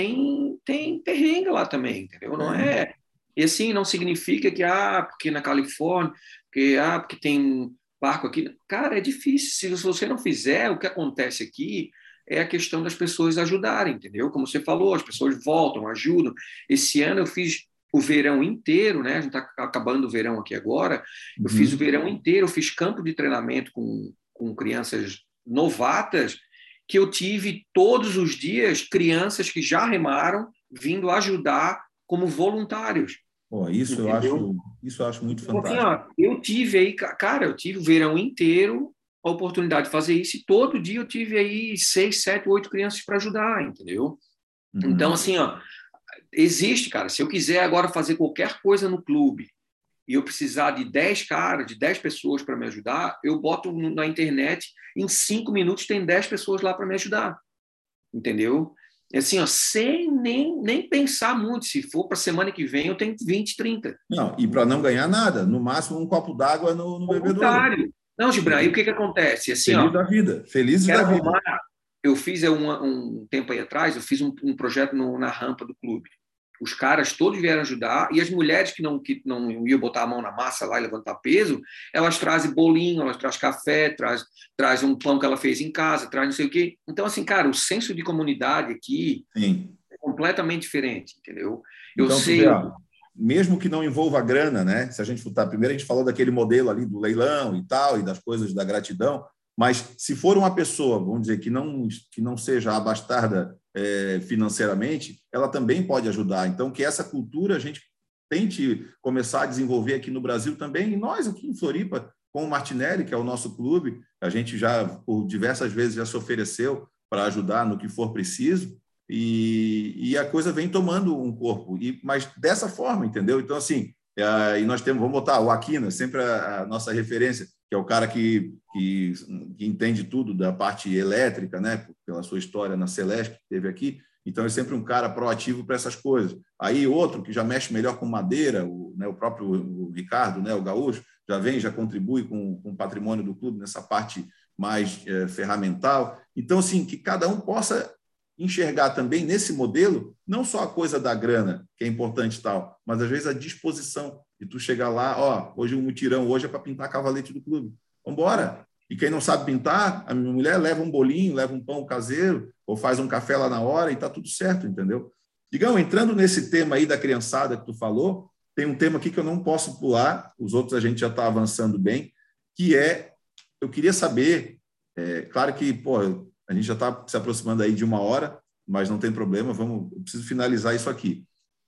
tem perrengue lá também, entendeu? Não é... E assim, não significa que, porque na Califórnia, porque tem barco aqui. Cara, é difícil. Se você não fizer, o que acontece aqui é a questão das pessoas ajudarem, entendeu? Como você falou, as pessoas voltam, ajudam. Esse ano eu fiz o verão inteiro, né? A gente está acabando o verão aqui agora. Eu fiz o verão inteiro, eu fiz campo de treinamento com crianças novatas, que eu tive todos os dias crianças que já remaram vindo ajudar como voluntários. Oh, isso eu acho muito então, fantástico. Assim, eu tive o verão inteiro a oportunidade de fazer isso e todo dia eu tive aí 6, 7, 8 crianças para ajudar, entendeu? Então, assim, existe, cara, se eu quiser agora fazer qualquer coisa no clube e eu precisar de 10 caras, de 10 pessoas para me ajudar, eu boto na internet, em 5 minutos tem 10 pessoas lá para me ajudar, entendeu? Assim, sem nem pensar muito, se for para a semana que vem eu tenho 20, 30. Não, e para não ganhar nada, no máximo um copo d'água no bebedouro. Não, Gibran, aí o que acontece? Assim, Feliz da vida, felizes da vida. Eu fiz um tempo aí atrás, eu fiz um projeto na rampa do clube. Os caras todos vieram ajudar e as mulheres que não iam botar a mão na massa lá e levantar peso, elas trazem bolinho, elas trazem café, traz um pão que ela fez em casa, traz não sei o quê. Então, assim, cara, o senso de comunidade aqui é completamente diferente, entendeu? Então, tu vê, mesmo que não envolva grana, né? Se a gente for, primeiro a gente falou daquele modelo ali do leilão e tal, e das coisas da gratidão, mas se for uma pessoa, vamos dizer, que não seja abastada financeiramente, ela também pode ajudar. Então, que essa cultura a gente tente começar a desenvolver aqui no Brasil também, e nós aqui em Floripa, com o Martinelli, que é o nosso clube, a gente já, por diversas vezes, já se ofereceu para ajudar no que for preciso, e a coisa vem tomando um corpo, mas dessa forma, entendeu? Então, assim, e nós vamos botar o Aquina, sempre a nossa referência, que é o cara que entende tudo da parte elétrica, né? Pela sua história na Celeste, que teve aqui. Então, é sempre um cara proativo para essas coisas. Aí, outro que já mexe melhor com madeira, o próprio Ricardo, né? O Gaúcho, já contribui com o patrimônio do clube nessa parte mais ferramental. Então, assim, que cada um possa enxergar também nesse modelo, não só a coisa da grana, que é importante e tal, mas às vezes a disposição de tu chegar lá, hoje o mutirão hoje é para pintar cavalete do clube. Vamos embora. E quem não sabe pintar, a minha mulher leva um bolinho, leva um pão caseiro, ou faz um café lá na hora e está tudo certo, entendeu? Digão, entrando nesse tema aí da criançada que tu falou, tem um tema aqui que eu não posso pular, os outros a gente já está avançando bem, que eu queria saber, claro que, a gente já está se aproximando aí de 1 hora, mas não tem problema, eu preciso finalizar isso aqui.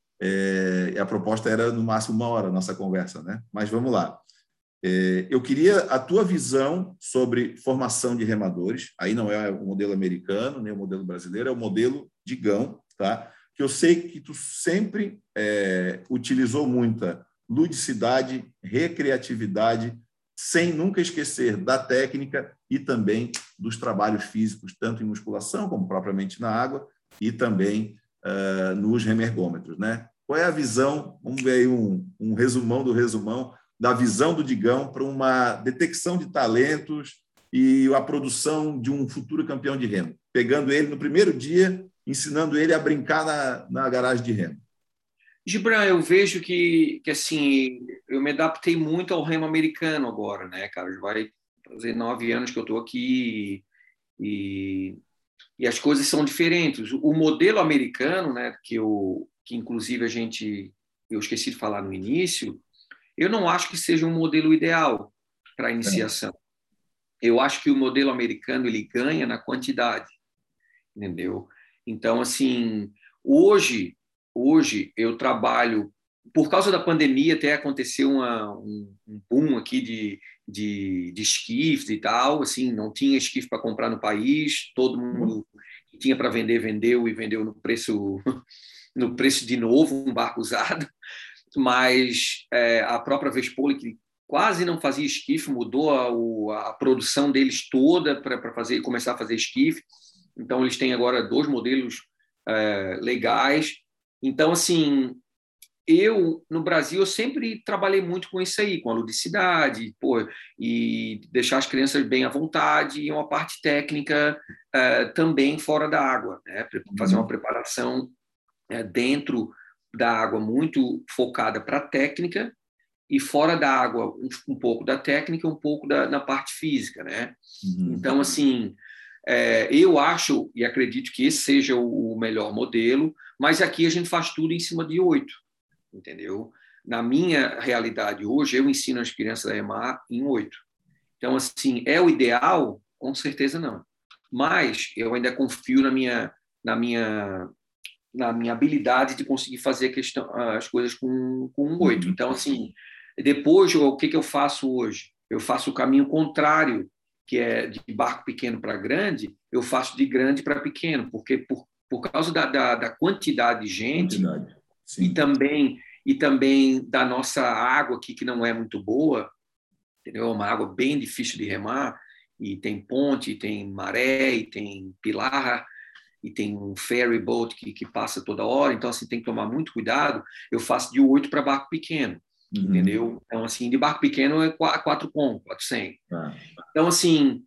A proposta era, no máximo, 1 hora, a nossa conversa, né? Mas vamos lá. Eu queria a tua visão sobre formação de remadores, aí não é o modelo americano, nem o modelo brasileiro, é o modelo Digão, tá? Que eu sei que tu sempre utilizou muita ludicidade, recreatividade, sem nunca esquecer da técnica e também dos trabalhos físicos, tanto em musculação como propriamente na água e também nos remergômetros, né? Qual é a visão, vamos ver aí um resumão do resumão, da visão do Digão para uma detecção de talentos e a produção de um futuro campeão de remo, pegando ele no primeiro dia, ensinando ele a brincar na garagem de remo? Gibran, eu vejo que assim, eu me adaptei muito ao remo americano agora, né, cara? Já vai fazer 9 anos que eu estou aqui e as coisas são diferentes. O modelo americano, né, que inclusive eu esqueci de falar no início, eu não acho que seja um modelo ideal para iniciação. Eu acho que o modelo americano ele ganha na quantidade, entendeu? Então, assim, hoje eu trabalho por causa da pandemia, até aconteceu um boom aqui de esquifes e tal. Assim, não tinha esquife para comprar no país, todo mundo que tinha para vender, vendeu e vendeu no preço, no preço de novo, um barco usado. Mas a própria Vespoli, que quase não fazia esquife, mudou a produção deles toda para começar a fazer esquife. Então, eles têm agora 2 modelos legais. Então, assim, no Brasil, eu sempre trabalhei muito com isso aí, com a ludicidade, e deixar as crianças bem à vontade, e uma parte técnica também fora da água, né? Fazer uma preparação dentro da água muito focada para a técnica, e fora da água um pouco da técnica, um pouco na parte física, né? Então, assim, eu acho e acredito que esse seja o melhor modelo, mas aqui a gente faz tudo em cima de 8, entendeu? Na minha realidade hoje, eu ensino as crianças a remar em 8. Então, assim, é o ideal? Com certeza não. Mas eu ainda confio na minha habilidade de conseguir fazer as coisas com um 8. Então, assim, depois, o que eu faço hoje? Eu faço o caminho contrário, que é de barco pequeno para grande, eu faço de grande para pequeno, porque por causa da quantidade de gente e também da nossa água aqui, que não é muito boa, entendeu? É uma água bem difícil de remar, e tem ponte, e tem maré, e tem pilar, e tem um ferry boat que passa toda hora, então, assim, tem que tomar muito cuidado. Eu faço de 8 para barco pequeno, entendeu? Então, assim, de barco pequeno é 4 com, 400. Então, assim,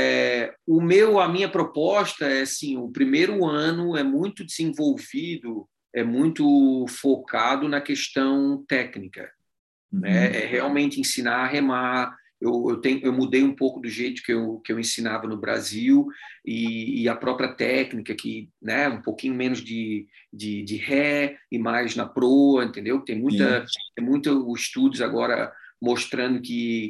a minha proposta é, assim, o primeiro ano é muito desenvolvido, é muito focado na questão técnica, né? É realmente ensinar a remar. Eu mudei um pouco do jeito que eu ensinava no Brasil, e a própria técnica, que, né, um pouquinho menos de ré e mais na proa, entendeu? Tem muitos estudos agora mostrando que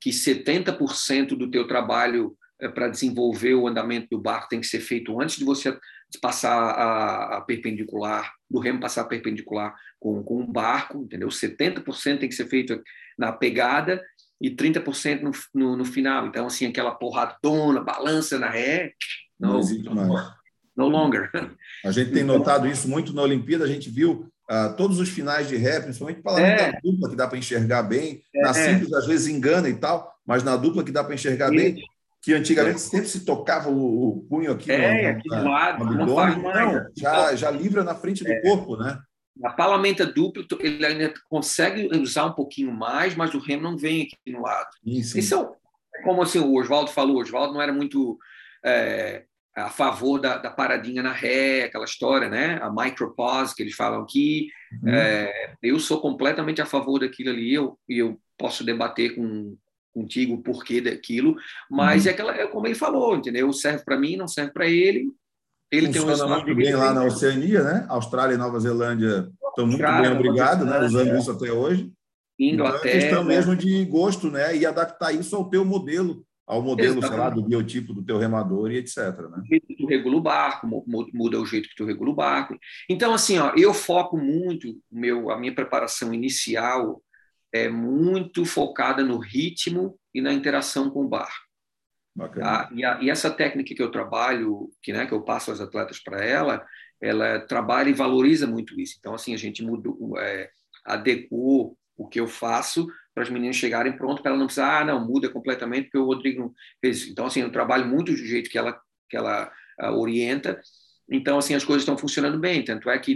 70% do teu trabalho para desenvolver o andamento do barco tem que ser feito antes de você passar a perpendicular, do remo passar a perpendicular com um barco, entendeu? 70% tem que ser feito na pegada e 30% no final. Então, assim, aquela porradona, balança na ré, não existe mais. No longer. A gente tem notado isso muito na Olimpíada, a gente viu todos os finais de ré, principalmente para a dupla, que dá para enxergar bem. Na simples, às vezes, engana e tal, mas na dupla que dá para enxergar bem, que antigamente sempre se tocava o punho aqui aqui do lado, no não faz mais. Não, já livra na frente do corpo, né? A palamenta dupla, ele ainda consegue usar um pouquinho mais, mas o remo não vem aqui no lado. Isso é como assim, o Oswaldo falou, o Oswaldo não era muito a favor da paradinha na ré, aquela história, né? A micropause que eles falam aqui. Eu sou completamente a favor daquilo ali, e eu posso debater contigo o porquê daquilo, mas é como ele falou, entendeu? Serve para mim, não serve para ele. Ele funciona tem um muito bem lá na Oceania, né? Austrália e Nova Zelândia estão muito bem, obrigado, né? Usando isso até hoje. Inglaterra. Então é questão mesmo de gosto, né? E adaptar isso ao teu modelo, ao modelo, sei lá, do biotipo do teu remador e etc. Né? O jeito que tu regula o barco, muda o jeito que tu regula o barco. Então, assim, eu foco muito, a minha preparação inicial é muito focada no ritmo e na interação com o barco. Tá? E essa técnica que eu trabalho, que eu passo aos atletas para ela trabalha e valoriza muito isso. Então, assim, a gente adequou o que eu faço para as meninas chegarem pronto, para ela não precisar, não, muda completamente, porque o Rodrigo não fez isso. Então, assim, eu trabalho muito do jeito que ela orienta. Então, assim, as coisas estão funcionando bem. Tanto é que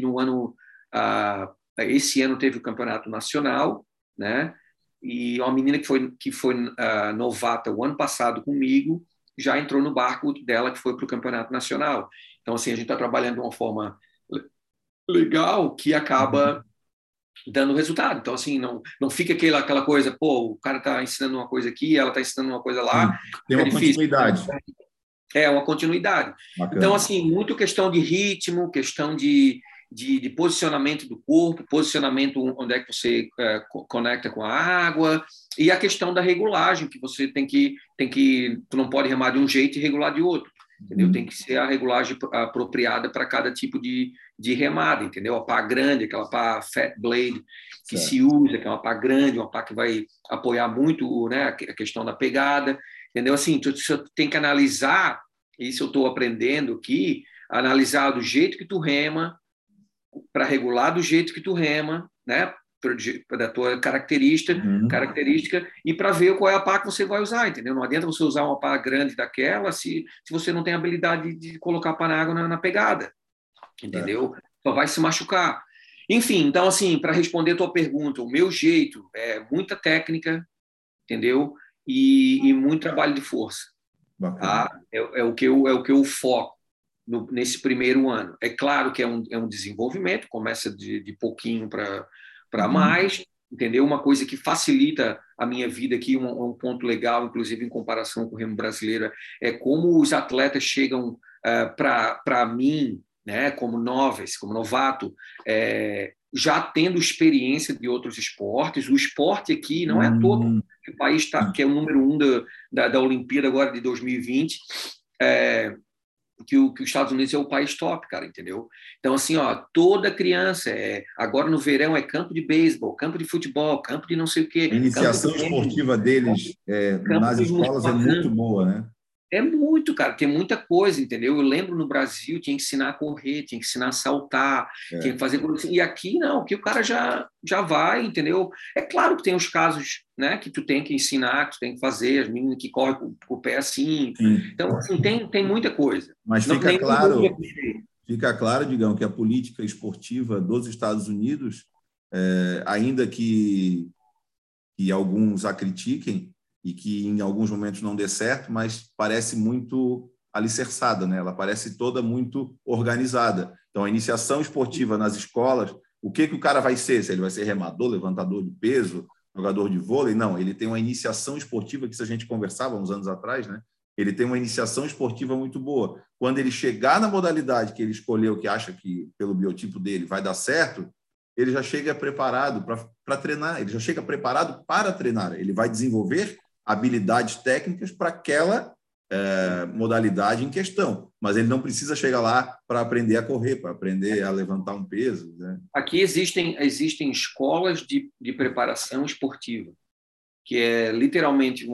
esse ano teve o campeonato nacional, né? E uma menina que foi novata o ano passado comigo já entrou no barco dela, que foi para o campeonato nacional. Então, assim, a gente está trabalhando de uma forma legal que acaba dando resultado. Então, assim, não fica aquela coisa, o cara está ensinando uma coisa aqui, ela está ensinando uma coisa lá. Tem uma continuidade. Uma continuidade. Bacana. Então, assim, muito questão de ritmo, questão de posicionamento do corpo, posicionamento onde é que você conecta com a água, e a questão da regulagem, que você tu não pode remar de um jeito e regular de outro. entendeu? Tem que ser a regulagem apropriada para cada tipo de remada, entendeu? A pá grande, aquela pá fat blade que se usa, que é uma pá grande, uma pá que vai apoiar muito, né, a questão da pegada, entendeu? Assim, tu tem que analisar, isso eu estou aprendendo aqui, analisar do jeito que tu rema, para regular do jeito que tu rema, né? Da tua característica e para ver qual é a pá que você vai usar, entendeu? Não adianta você usar uma pá grande daquela se você não tem habilidade de colocar a pá na água na pegada, entendeu? Só vai se machucar. Enfim, então, assim, para responder a tua pergunta, o meu jeito é muita técnica, entendeu? E muito trabalho de força. Tá? É o que eu foco nesse primeiro ano. É claro que é um desenvolvimento, começa de pouquinho para mais, entendeu? Uma coisa que facilita a minha vida aqui, um ponto legal, inclusive em comparação com o remo brasileiro, é como os atletas chegam para mim, né, como novato, já tendo experiência de outros esportes. O esporte aqui não é à toa que o país que é o número 1 da Olimpíada agora de 2020, que os Estados Unidos é o país top, cara, entendeu? Então, assim, ó, toda criança, agora no verão é campo de beisebol, campo de futebol, campo de não sei o quê. A iniciação esportiva deles nas escolas é muito boa, né? É muito, cara, tem muita coisa, entendeu? Eu lembro no Brasil, tinha que ensinar a correr, tinha que ensinar a saltar, tinha que fazer coisa assim. E aqui não, que o cara já vai, entendeu? É claro que tem os casos, né, que tu tem que ensinar, que tu tem que fazer, as meninas que correm com o pé assim. Sim. Então, assim, tem muita coisa. Mas fica claro, Digão, que a política esportiva dos Estados Unidos, ainda que alguns a critiquem, e que em alguns momentos não dê certo, mas parece muito alicerçada, né? Ela parece toda muito organizada. Então, a iniciação esportiva nas escolas, o que o cara vai ser? Se ele vai ser remador, levantador de peso, jogador de vôlei? Não, ele tem uma iniciação esportiva, que se a gente conversava uns anos atrás, né? Ele tem uma iniciação esportiva muito boa. Quando ele chegar na modalidade que ele escolheu, que acha que, pelo biotipo dele, vai dar certo, ele já chega preparado para treinar, ele já chega preparado para treinar. Ele vai desenvolver habilidades técnicas para aquela modalidade em questão, mas ele não precisa chegar lá para aprender a correr, para aprender a levantar um peso, né? Aqui existem escolas de preparação esportiva, que é literalmente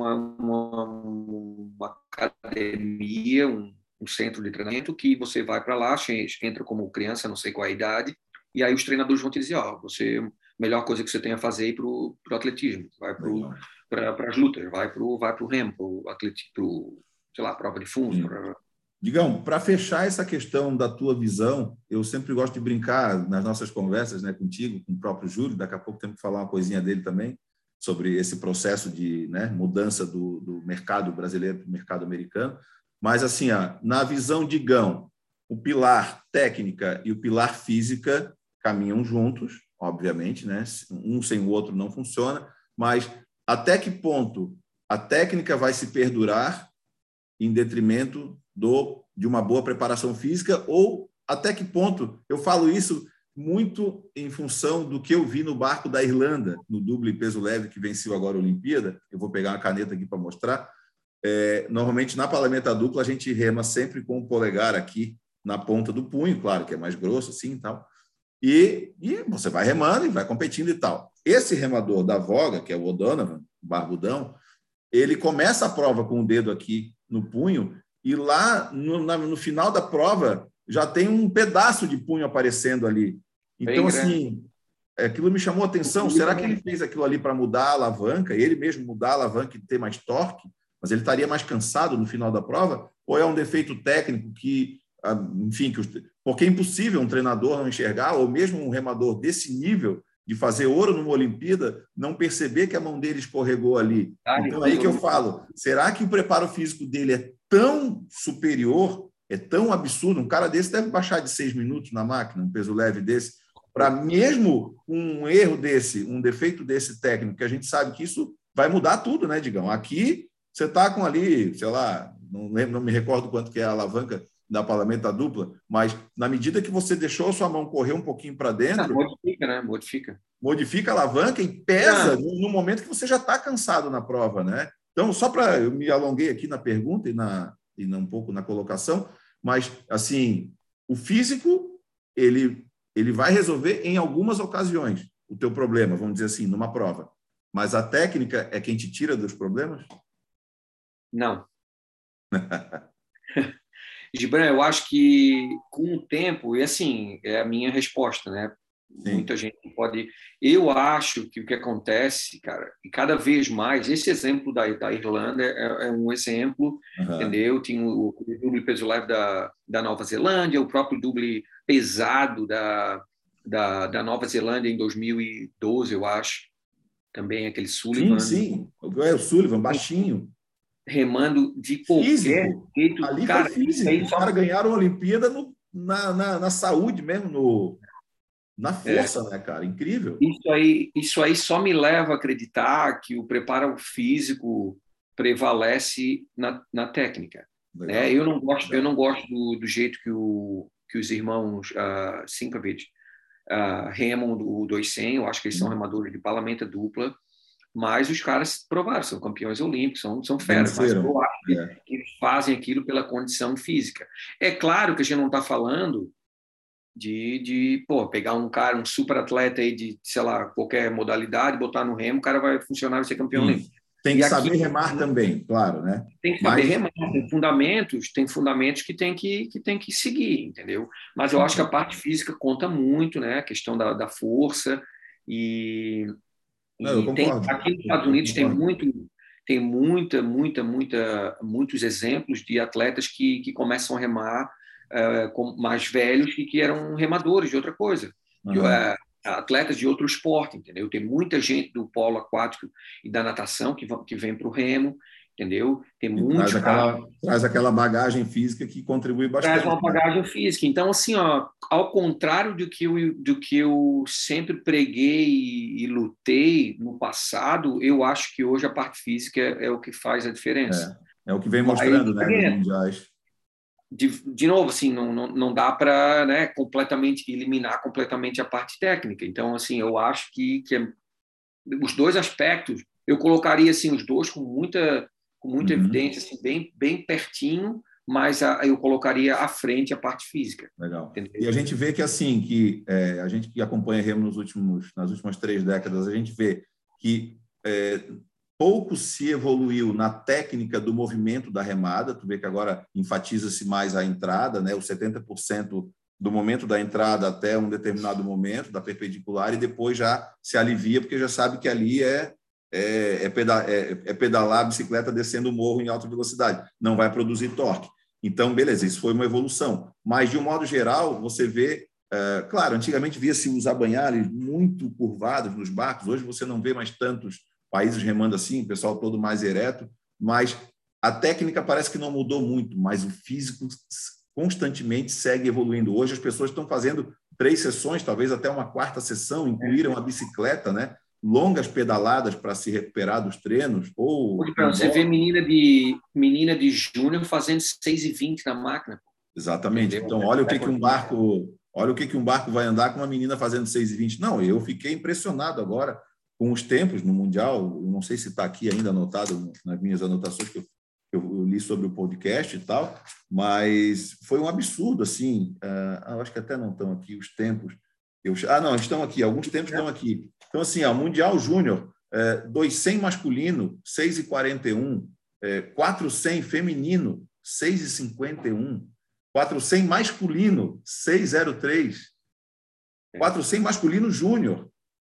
uma academia, um centro de treinamento que você vai para lá, entra como criança, não sei qual é a idade, e aí os treinadores vão te dizer, você, a melhor coisa que você tem a fazer é ir para o atletismo, vai para as lutas, vai para o remo, para o atletismo, sei lá, prova de fundo. Digão, para fechar essa questão da tua visão, eu sempre gosto de brincar nas nossas conversas, né, contigo, com o próprio Júlio, daqui a pouco temos que falar uma coisinha dele também, sobre esse processo de, né, mudança do mercado brasileiro para o mercado americano. Mas, assim, na visão de Digão, o pilar técnica e o pilar física caminham juntos, obviamente, né? Um sem o outro não funciona, mas até que ponto a técnica vai se perdurar em detrimento de uma boa preparação física, ou até que ponto, eu falo isso muito em função do que eu vi no barco da Irlanda, no duble peso leve, que venceu agora a Olimpíada. Eu vou pegar uma caneta aqui para mostrar. Normalmente, na palamenta dupla, a gente rema sempre com o polegar aqui na ponta do punho, claro que é mais grosso assim e tal. E você vai remando e vai competindo e tal. Esse remador da Voga, que é o O'Donovan, barbudão, ele começa a prova com o dedo aqui no punho e lá no final da prova já tem um pedaço de punho aparecendo ali. Então, assim, aquilo me chamou a atenção. Será que ele fez aquilo ali para mudar a alavanca, ele mesmo mudar a alavanca e ter mais torque, mas ele estaria mais cansado no final da prova? Ou é um defeito técnico que, enfim, porque é impossível um treinador não enxergar, ou mesmo um remador desse nível, de fazer ouro numa Olimpíada, não perceber que a mão dele escorregou ali. Então, aí que eu falo, será que o preparo físico dele é tão superior, é tão absurdo? Um cara desse deve baixar de 6 minutos na máquina, um peso leve desse, para mesmo um erro desse, um defeito desse técnico, que a gente sabe que isso vai mudar tudo, né, Digão? Aqui, você está com ali, sei lá, não me recordo quanto que é a alavanca da palamenta dupla, mas na medida que você deixou a sua mão correr um pouquinho para dentro... Modifica, né? Modifica a alavanca e pesa no momento que você já está cansado na prova, né? Então, só para... Eu me alonguei aqui na pergunta e na e um pouco na colocação, mas, assim, o físico, ele vai resolver em algumas ocasiões o teu problema, vamos dizer assim, numa prova. Mas a técnica é quem te tira dos problemas? Não. Gibran, eu acho que com o tempo, e assim, é a minha resposta, né? Sim. Muita gente pode. Eu acho que o que acontece, cara, e cada vez mais, esse exemplo da Irlanda é um exemplo, entendeu? Tinha o duble peso leve da Nova Zelândia, o próprio duble pesado da Nova Zelândia em 2012, eu acho. Também aquele Sullivan. Sim. É o Sullivan, baixinho. Remando de qualquer Físico. jeito. Ali Cara, foi físico. Os caras ganharam a Olimpíada na saúde mesmo, na força, né, cara? Incrível. Isso aí só me leva a acreditar que o preparo físico prevalece na técnica. Né? Eu não gosto do jeito que os irmãos Sinkovic remam o 200. Eu acho que eles são remadores de palamenta dupla, mas os caras provaram, são campeões olímpicos, são feras, mas eu acho que eles fazem aquilo pela condição física. É claro que a gente não está falando de pegar um cara, um super atleta aí de, sei lá, qualquer modalidade, botar no remo, o cara vai funcionar, vai ser campeão olímpico. Tem que saber remar também, claro, né? Tem que saber remar, tem fundamentos que tem que seguir, entendeu? Mas eu acho que a parte física conta muito, né? A questão da força Não, eu concordo. Aqui nos Estados Unidos tem muitos exemplos de atletas que começam a remar mais velhos que eram remadores de outra coisa, atletas de outro esporte, entendeu? Tem muita gente do polo aquático e da natação que vem para o remo, entendeu? Tem muitos traz aquela bagagem física que contribui bastante. Traz uma bagagem física. Então, assim, ao contrário do que eu sempre preguei e lutei no passado, eu acho que hoje a parte física é o que faz a diferença. É o que vem mostrando, né, nos mundiais. De novo, assim, não dá para, né, eliminar completamente a parte técnica. Então, assim, eu acho que os dois aspectos, eu colocaria assim, os dois com muita evidência, assim, bem pertinho, mas eu colocaria à frente a parte física. Legal. Entendeu? E a gente vê que, assim, a gente que acompanha remo nas últimas 3 décadas, a gente vê que pouco se evoluiu na técnica do movimento da remada. Tu vê que agora enfatiza-se mais a entrada, né? Os 70% do momento da entrada até um determinado momento, da perpendicular, e depois já se alivia, porque já sabe que ali é pedalar a bicicleta descendo o morro em alta velocidade. Não vai produzir torque. Então, beleza, isso foi uma evolução. Mas, de um modo geral, você vê... claro, antigamente via-se os abanhares muito curvados nos barcos. Hoje você não vê mais tantos países remando assim, o pessoal todo mais ereto, mas a técnica parece que não mudou muito, mas o físico constantemente segue evoluindo. Hoje as pessoas estão fazendo 3 sessões, talvez até uma 4ª sessão, incluíram a bicicleta, né? Longas pedaladas para se recuperar dos treinos. Você vê menina de júnior fazendo 6,20 na máquina. Exatamente. Entendeu? Então, olha o que um barco vai andar com uma menina fazendo 6,20. Não, eu fiquei impressionado agora com os tempos no Mundial. Eu não sei se está aqui ainda anotado nas minhas anotações que eu li sobre o podcast e tal, mas foi um absurdo, assim. Acho que até não estão aqui os tempos. Não, estão aqui. Alguns tempos estão aqui. Então, assim, Mundial Júnior, 200 masculino, 6,41. 400 feminino, 6,51. 400 masculino, 6,03. 400 masculino júnior.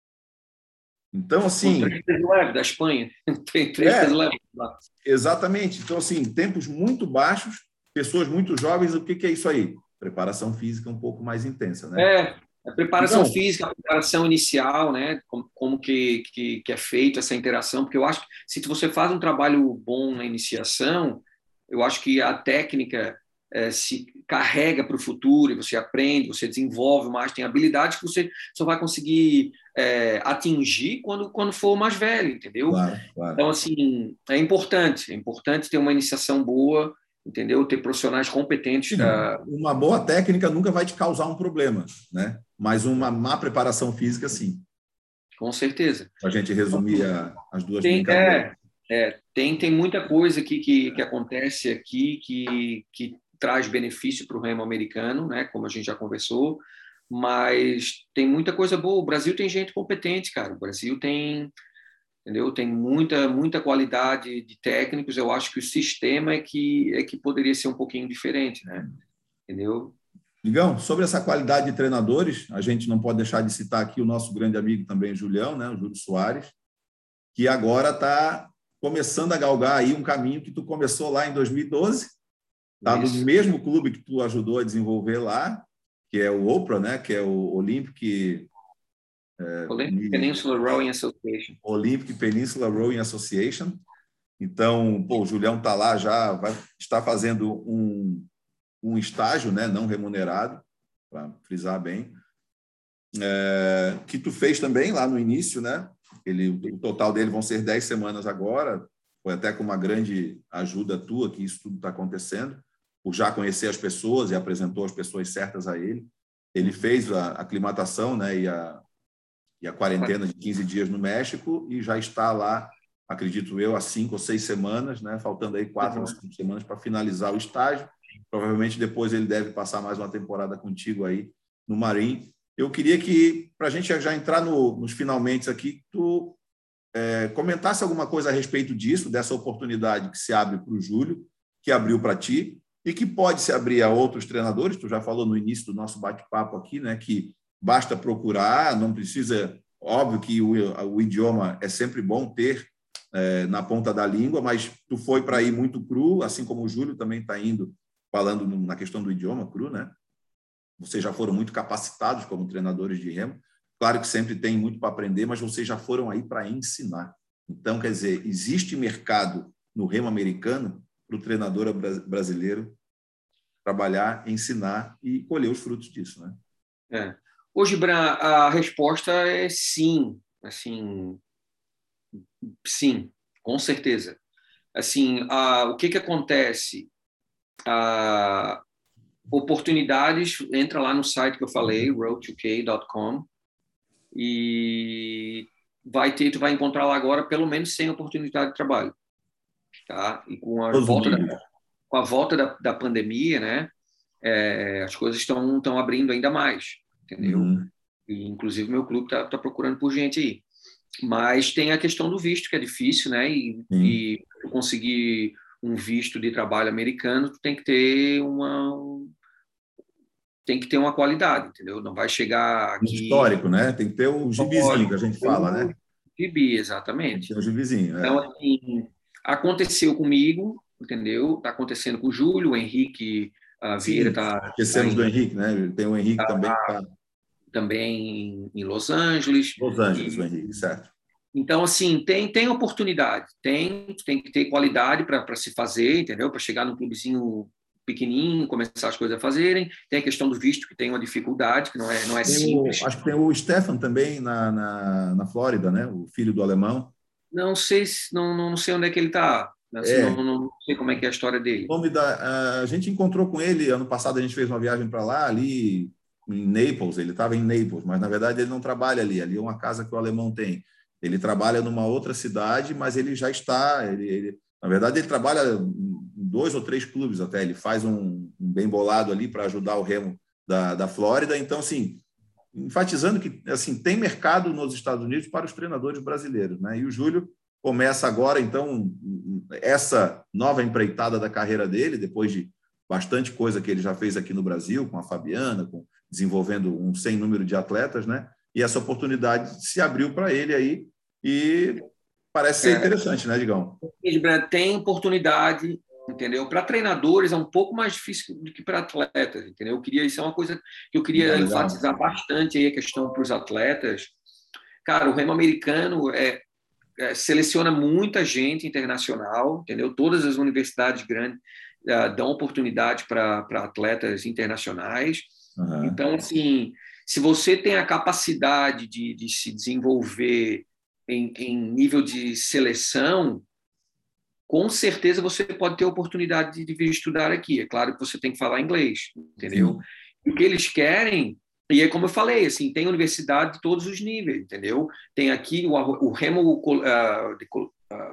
Então, assim... 3 pesos leves da Espanha. Tem 3 pesos leves lá. Exatamente. Então, assim, tempos muito baixos, pessoas muito jovens, o que é isso aí? Preparação física um pouco mais intensa, né? A preparação física, a preparação inicial, né? Como que é feito essa interação, porque eu acho que se você faz um trabalho bom na iniciação, eu acho que a técnica se carrega para o futuro, e você aprende, você desenvolve mais, tem habilidades que você só vai conseguir atingir quando for mais velho, entendeu? Claro. Então, assim, é importante ter uma iniciação boa, entendeu? Ter profissionais competentes. Uma boa técnica nunca vai te causar um problema, né? Mas uma má preparação física, sim. Com certeza. Para a gente resumir as duas brincadeiras. Tem muita coisa aqui que acontece aqui que traz benefício para o remo americano, né? Como a gente já conversou, mas tem muita coisa boa. O Brasil tem gente competente, cara. O Brasil tem, entendeu? Tem muita qualidade de técnicos. Eu acho que o sistema é que poderia ser um pouquinho diferente, né? Entendeu? Digão, sobre essa qualidade de treinadores, a gente não pode deixar de citar aqui o nosso grande amigo também, Julião, né? O Júlio Soares, que agora está começando a galgar aí um caminho que tu começou lá em 2012, está no mesmo clube que tu ajudou a desenvolver lá, que é o Oprah, né? Que é o Olympic Peninsula Rowing Association. Olympic Peninsula Rowing Association. Então, o Julião está lá já, está fazendo um estágio, né, não remunerado, para frisar bem, que tu fez também lá no início, né? O total dele vão ser 10 semanas agora, foi até com uma grande ajuda tua que isso tudo está acontecendo, por já conhecer as pessoas e apresentou as pessoas certas a ele. Ele fez a aclimatação, né, e a quarentena de 15 dias no México e já está lá, acredito eu, há 5 ou 6 semanas, né, faltando aí 4 ou 5 semanas para finalizar o estágio. Provavelmente depois ele deve passar mais uma temporada contigo aí no Marim. Eu queria que, para a gente já entrar nos finalmente aqui, tu comentasse alguma coisa a respeito disso, dessa oportunidade que se abre para o Júlio, que abriu para ti, e que pode se abrir a outros treinadores. Tu já falou no início do nosso bate-papo aqui, né, que basta procurar, não precisa... Óbvio que o idioma é sempre bom ter na ponta da língua, mas tu foi para ir muito cru, assim como o Júlio também está indo, falando na questão do idioma cru, né? Vocês já foram muito capacitados como treinadores de remo. Claro que sempre tem muito para aprender, mas vocês já foram aí para ensinar. Então, quer dizer, existe mercado no remo americano para o treinador brasileiro trabalhar, ensinar e colher os frutos disso, né? Hoje, Bran, a resposta é sim. Assim, sim, com certeza. Assim, o que acontece? Oportunidades, entra lá no site que eu falei, road2k.com, e tu vai encontrar lá agora pelo menos 100 oportunidades de trabalho, tá? E com a volta da pandemia, né? As coisas estão abrindo ainda mais, entendeu? E, inclusive, meu clube tá procurando por gente aí. Mas tem a questão do visto, que é difícil, né? E conseguir um visto de trabalho americano, tu tem que ter uma qualidade, entendeu? Não vai chegar aqui... Um histórico, né? Tem que ter o gibizinho que a gente fala, né? Gibi, exatamente. Tem que ter o gibizinho, Então, assim, aconteceu comigo, entendeu? Está acontecendo com o Júlio, o Henrique Vieira está... Esquecemos do Henrique, né? Tem o Henrique também que está... Também em Los Angeles. O Henrique, certo. Então, assim, tem oportunidade, tem que ter qualidade para se fazer, entendeu? Para chegar num clubezinho pequenininho, começar as coisas a fazerem. Tem a questão do visto, que tem uma dificuldade, que não é simples. Acho que tem o Stefan também na Flórida, né? O filho do alemão. Não sei onde é que ele está. Assim, não sei como é que é a história dele. A gente encontrou com ele, ano passado a gente fez uma viagem para lá, ali em Naples. Ele estava em Naples, mas na verdade ele não trabalha ali. Ali é uma casa que o alemão tem. Ele trabalha numa outra cidade, mas ele já está... na verdade, ele trabalha em 2 ou 3 clubes até. Ele faz um bem bolado ali para ajudar o remo da Flórida. Então, assim, enfatizando que assim, tem mercado nos Estados Unidos para os treinadores brasileiros, né? E o Júlio começa agora, então, essa nova empreitada da carreira dele, depois de bastante coisa que ele já fez aqui no Brasil, com a Fabiana, desenvolvendo um sem número de atletas, né? E essa oportunidade se abriu para ele aí e parece ser interessante, né, Digão? Tem oportunidade, entendeu? Para treinadores é um pouco mais difícil do que para atletas, entendeu? Isso é uma coisa que eu queria enfatizar bastante aí, a questão para os atletas. Cara, o remo americano seleciona muita gente internacional, entendeu? Todas as universidades grandes dão oportunidade para atletas internacionais. Uhum. Então, assim, se você tem a capacidade de se desenvolver em nível de seleção, com certeza você pode ter a oportunidade de vir estudar aqui. É claro que você tem que falar inglês, entendeu? Sim. O que eles querem, e é como eu falei, assim, tem universidade de todos os níveis, entendeu? Tem aqui o remo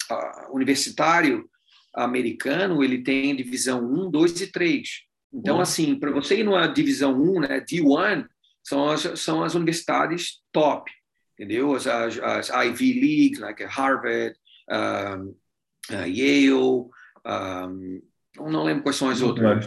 universitário americano, ele tem divisão 1, 2 e 3. Então, assim, para você ir numa divisão 1, né, D1, são as universidades top, entendeu? As Ivy Leagues, like Harvard, Yale, não lembro quais são as outras.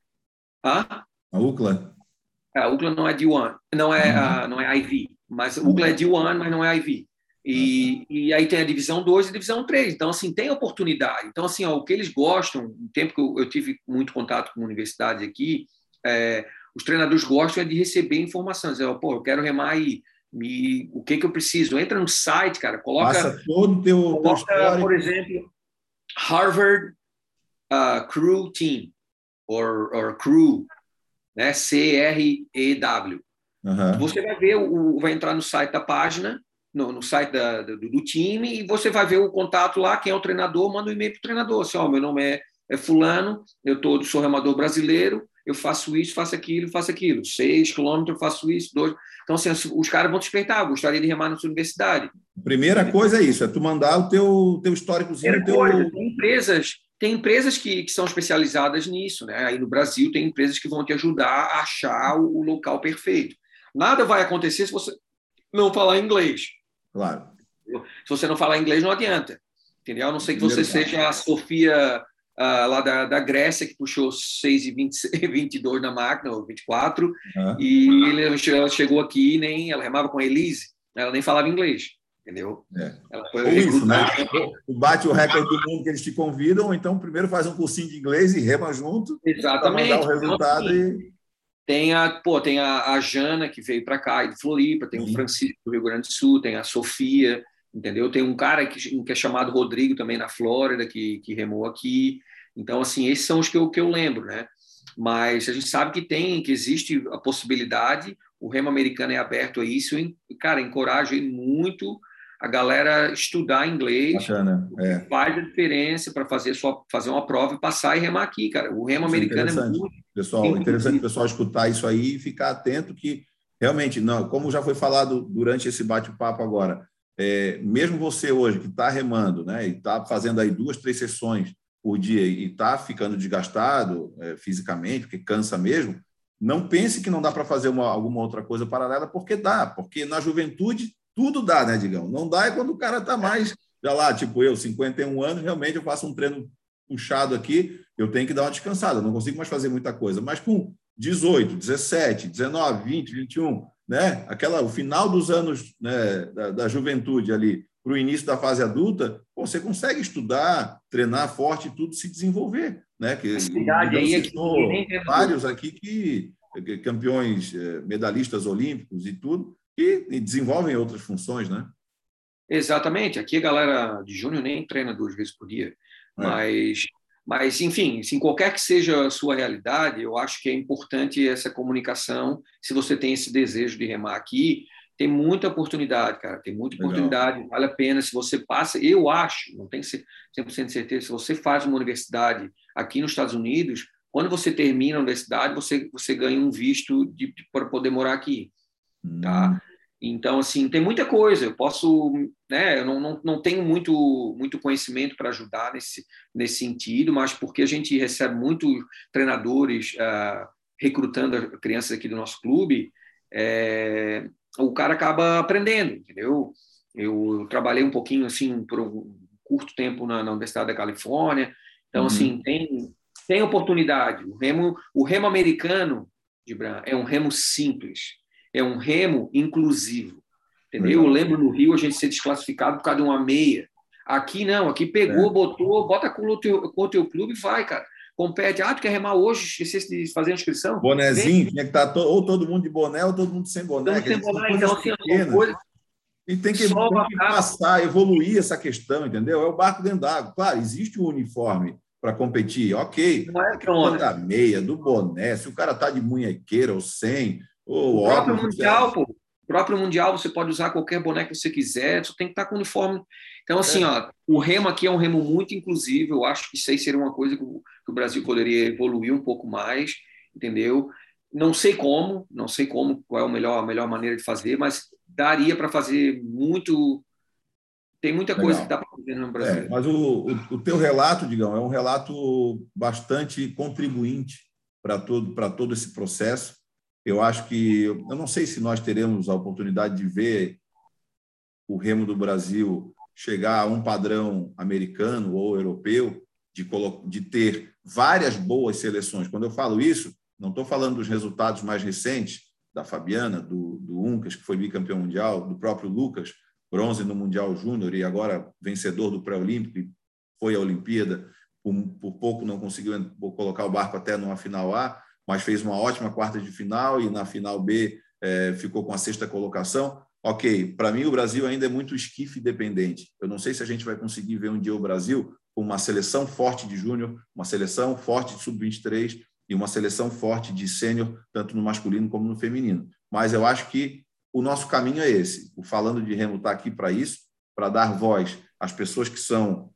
A UCLA? A UCLA não é D1, não é Ivy, mas a UCLA é D1, mas não é Ivy. E aí tem a divisão 2 e a divisão 3. Então, assim, tem oportunidade. Então, assim, o que eles gostam, no tempo que eu tive muito contato com universidades aqui, os treinadores gostam de receber informações. Eu quero remar aí. O que eu preciso? Entra no site, cara, Passa todo o teu histórico. Por exemplo, Harvard Crew Team, or Crew, né? CREW. Você vai ver, vai entrar no site da página, no site do time, e você vai ver o contato lá, quem é o treinador, manda um e-mail para o treinador, assim, meu nome é fulano, sou remador brasileiro, eu faço isso, faço aquilo, 6 quilômetros, faço isso, 2. Então, assim, os caras vão te respeitar, eu gostaria de remar na sua universidade. Primeira coisa é isso, é tu mandar o teu históricozinho. Tem empresas que são especializadas nisso, né? Aí no Brasil tem empresas que vão te ajudar a achar o local perfeito. Nada vai acontecer se você não falar inglês. Claro. Se você não falar inglês, não adianta. Entendeu? A não ser que você seja a Sofia lá da Grécia, que puxou 6,22 na máquina, ou 24, e ela chegou aqui e ela remava com a Elise, ela nem falava inglês. Entendeu? Ela foi isso, né? Tu bate o recorde do mundo que eles te convidam, ou então primeiro faz um cursinho de inglês e rema junto. Exatamente. Para mandar o resultado. Então, assim, tem a Jana, que veio para cá, de Floripa, tem o Francisco do Rio Grande do Sul, tem a Sofia, entendeu? Tem um cara que é chamado Rodrigo também na Flórida, que remou aqui. Então, assim, esses são os que eu lembro, né? Mas a gente sabe que existe a possibilidade, o remo americano é aberto a isso, e, cara, encoraja muito a galera estudar inglês. Bacana, faz a diferença para fazer uma prova e passar e remar aqui, cara. O remo americano é muito... Interessante o pessoal escutar isso aí e ficar atento que, realmente, não, como já foi falado durante esse bate-papo agora, mesmo você hoje que está remando, né, e está fazendo aí 2, 3 sessões por dia e está ficando desgastado fisicamente, porque cansa mesmo, não pense que não dá para fazer alguma outra coisa paralela, porque dá, porque na juventude tudo dá, né, Digão? Não dá quando o cara está mais, já lá, tipo eu, 51 anos, realmente eu faço um treino puxado aqui, eu tenho que dar uma descansada, eu não consigo mais fazer muita coisa, mas com 18, 17, 19, 20, 21, né? O final dos anos, né, da juventude ali, para o início da fase adulta, você consegue estudar, treinar forte e tudo se desenvolver, né? Que vários aqui que campeões, medalhistas olímpicos e tudo, e desenvolvem outras funções, né? Exatamente. Aqui a galera de júnior nem treina 2 vezes por dia. Mas, enfim, assim, qualquer que seja a sua realidade, eu acho que é importante essa comunicação. Se você tem esse desejo de remar aqui, tem muita oportunidade, cara. Tem muita oportunidade. Vale a pena. Se você passa, eu acho, não tenho 100% de certeza, se você faz uma universidade aqui nos Estados Unidos, quando você termina a universidade, você ganha um visto para poder morar aqui. Tá? Então, assim, tem muita coisa. Eu posso, né? Eu não tenho muito conhecimento para ajudar nesse sentido, mas porque a gente recebe muitos treinadores recrutando crianças aqui do nosso clube, o cara acaba aprendendo, entendeu? Eu trabalhei um pouquinho, assim, por um curto tempo na Universidade da Califórnia. Então, assim, tem oportunidade. O remo americano, Gibran, é um remo simples. É um remo inclusivo, entendeu? Eu lembro no Rio a gente ser desclassificado por causa de uma meia. Aqui não, aqui pegou, bota com o teu clube e vai, cara. Compete. Tu quer remar hoje? Esqueci de fazer a inscrição? Bonezinho, tinha que estar ou todo mundo de boné ou todo mundo sem boné. Então, assim, e tem que passar, evoluir essa questão, entendeu? É o barco dentro d'água. Claro, existe um uniforme para competir, ok. Não é pronto. Da meia, do boné, se o cara está de munhequeira ou sem... O próprio mundial, você pode usar qualquer boné que você quiser, só tem que estar com uniforme. Então, assim, o remo aqui é um remo muito inclusivo. Eu acho que isso aí seria uma coisa que o Brasil poderia evoluir um pouco mais, entendeu? Não sei como, qual é a melhor maneira de fazer, mas daria para fazer muito. tem muita coisa que dá Legal. para fazer no brasileiro. Mas o teu relato, Digão, é um relato bastante contribuinte para todo esse processo. Eu acho que, eu não sei se nós teremos a oportunidade de ver o remo do Brasil chegar a um padrão americano ou europeu, de ter várias boas seleções. Quando eu falo isso, não estou falando dos resultados mais recentes, da Fabiana, do Uncas, que foi bicampeão mundial, do próprio Lucas, bronze no Mundial Júnior e agora vencedor do pré-olímpico, e foi à Olimpíada, por pouco não conseguiu colocar o barco até numa final A, mas fez uma ótima quarta de final e na final B ficou com a sexta colocação. Ok, para mim o Brasil ainda é muito esquife dependente. Eu não sei se a gente vai conseguir ver um dia o Brasil com uma seleção forte de júnior, uma seleção forte de sub-23 e uma seleção forte de sênior, tanto no masculino como no feminino. Mas eu acho que o nosso caminho é esse. O Falando de Remo está aqui para isso, para dar voz às pessoas que são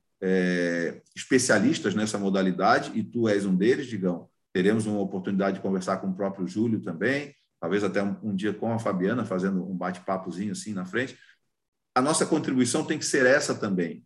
especialistas nessa modalidade, e tu és um deles, Digão. Teremos uma oportunidade de conversar com o próprio Júlio também, talvez até um dia com a Fabiana, fazendo um bate-papozinho assim na frente. A nossa contribuição tem que ser essa também,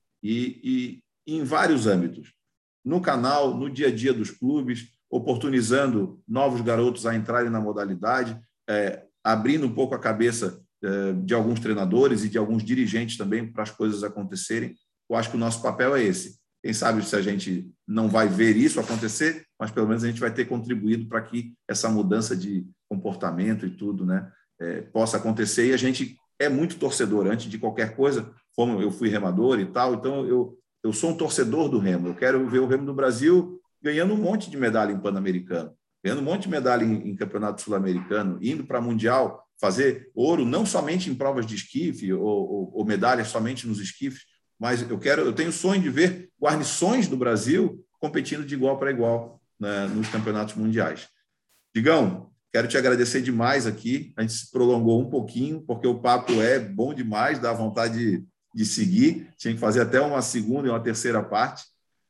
e em vários âmbitos. No canal, no dia a dia dos clubes, oportunizando novos garotos a entrarem na modalidade, abrindo um pouco a cabeça de alguns treinadores e de alguns dirigentes também para as coisas acontecerem. Eu acho que o nosso papel é esse. Quem sabe se a gente não vai ver isso acontecer, mas pelo menos a gente vai ter contribuído para que essa mudança de comportamento e tudo, né, possa acontecer. E a gente é muito torcedor. Antes de qualquer coisa, como eu fui remador e tal, então eu sou um torcedor do remo. Eu quero ver o remo do Brasil ganhando um monte de medalha em Pan-Americano, ganhando um monte de medalha em Campeonato Sul-Americano, indo para Mundial, fazer ouro não somente em provas de esquife ou medalhas somente nos esquifes, mas eu tenho o sonho de ver guarnições do Brasil competindo de igual para igual, né, nos campeonatos mundiais. Digão, quero te agradecer demais aqui. A gente se prolongou um pouquinho, porque o papo é bom demais, dá vontade de seguir. Tinha que fazer até uma segunda e uma terceira parte.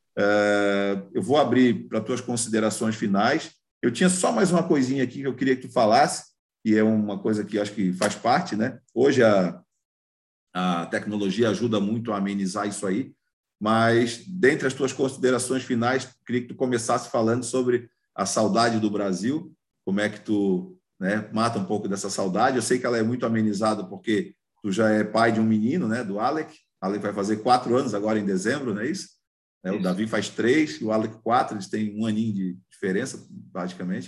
Eu vou abrir para tuas considerações finais. Eu tinha só mais uma coisinha aqui que eu queria que tu falasse, e é uma coisa que acho que faz parte, né? Hoje a tecnologia ajuda muito a amenizar isso aí, mas dentre as tuas considerações finais, queria que tu começasse falando sobre a saudade do Brasil, como é que tu, né, mata um pouco dessa saudade. Eu sei que ela é muito amenizada porque tu já é pai de um menino, né, do Alec. Alec vai fazer 4 anos agora em dezembro, não é isso? O Davi faz 3 e o Alec 4, eles têm um aninho de diferença, basicamente.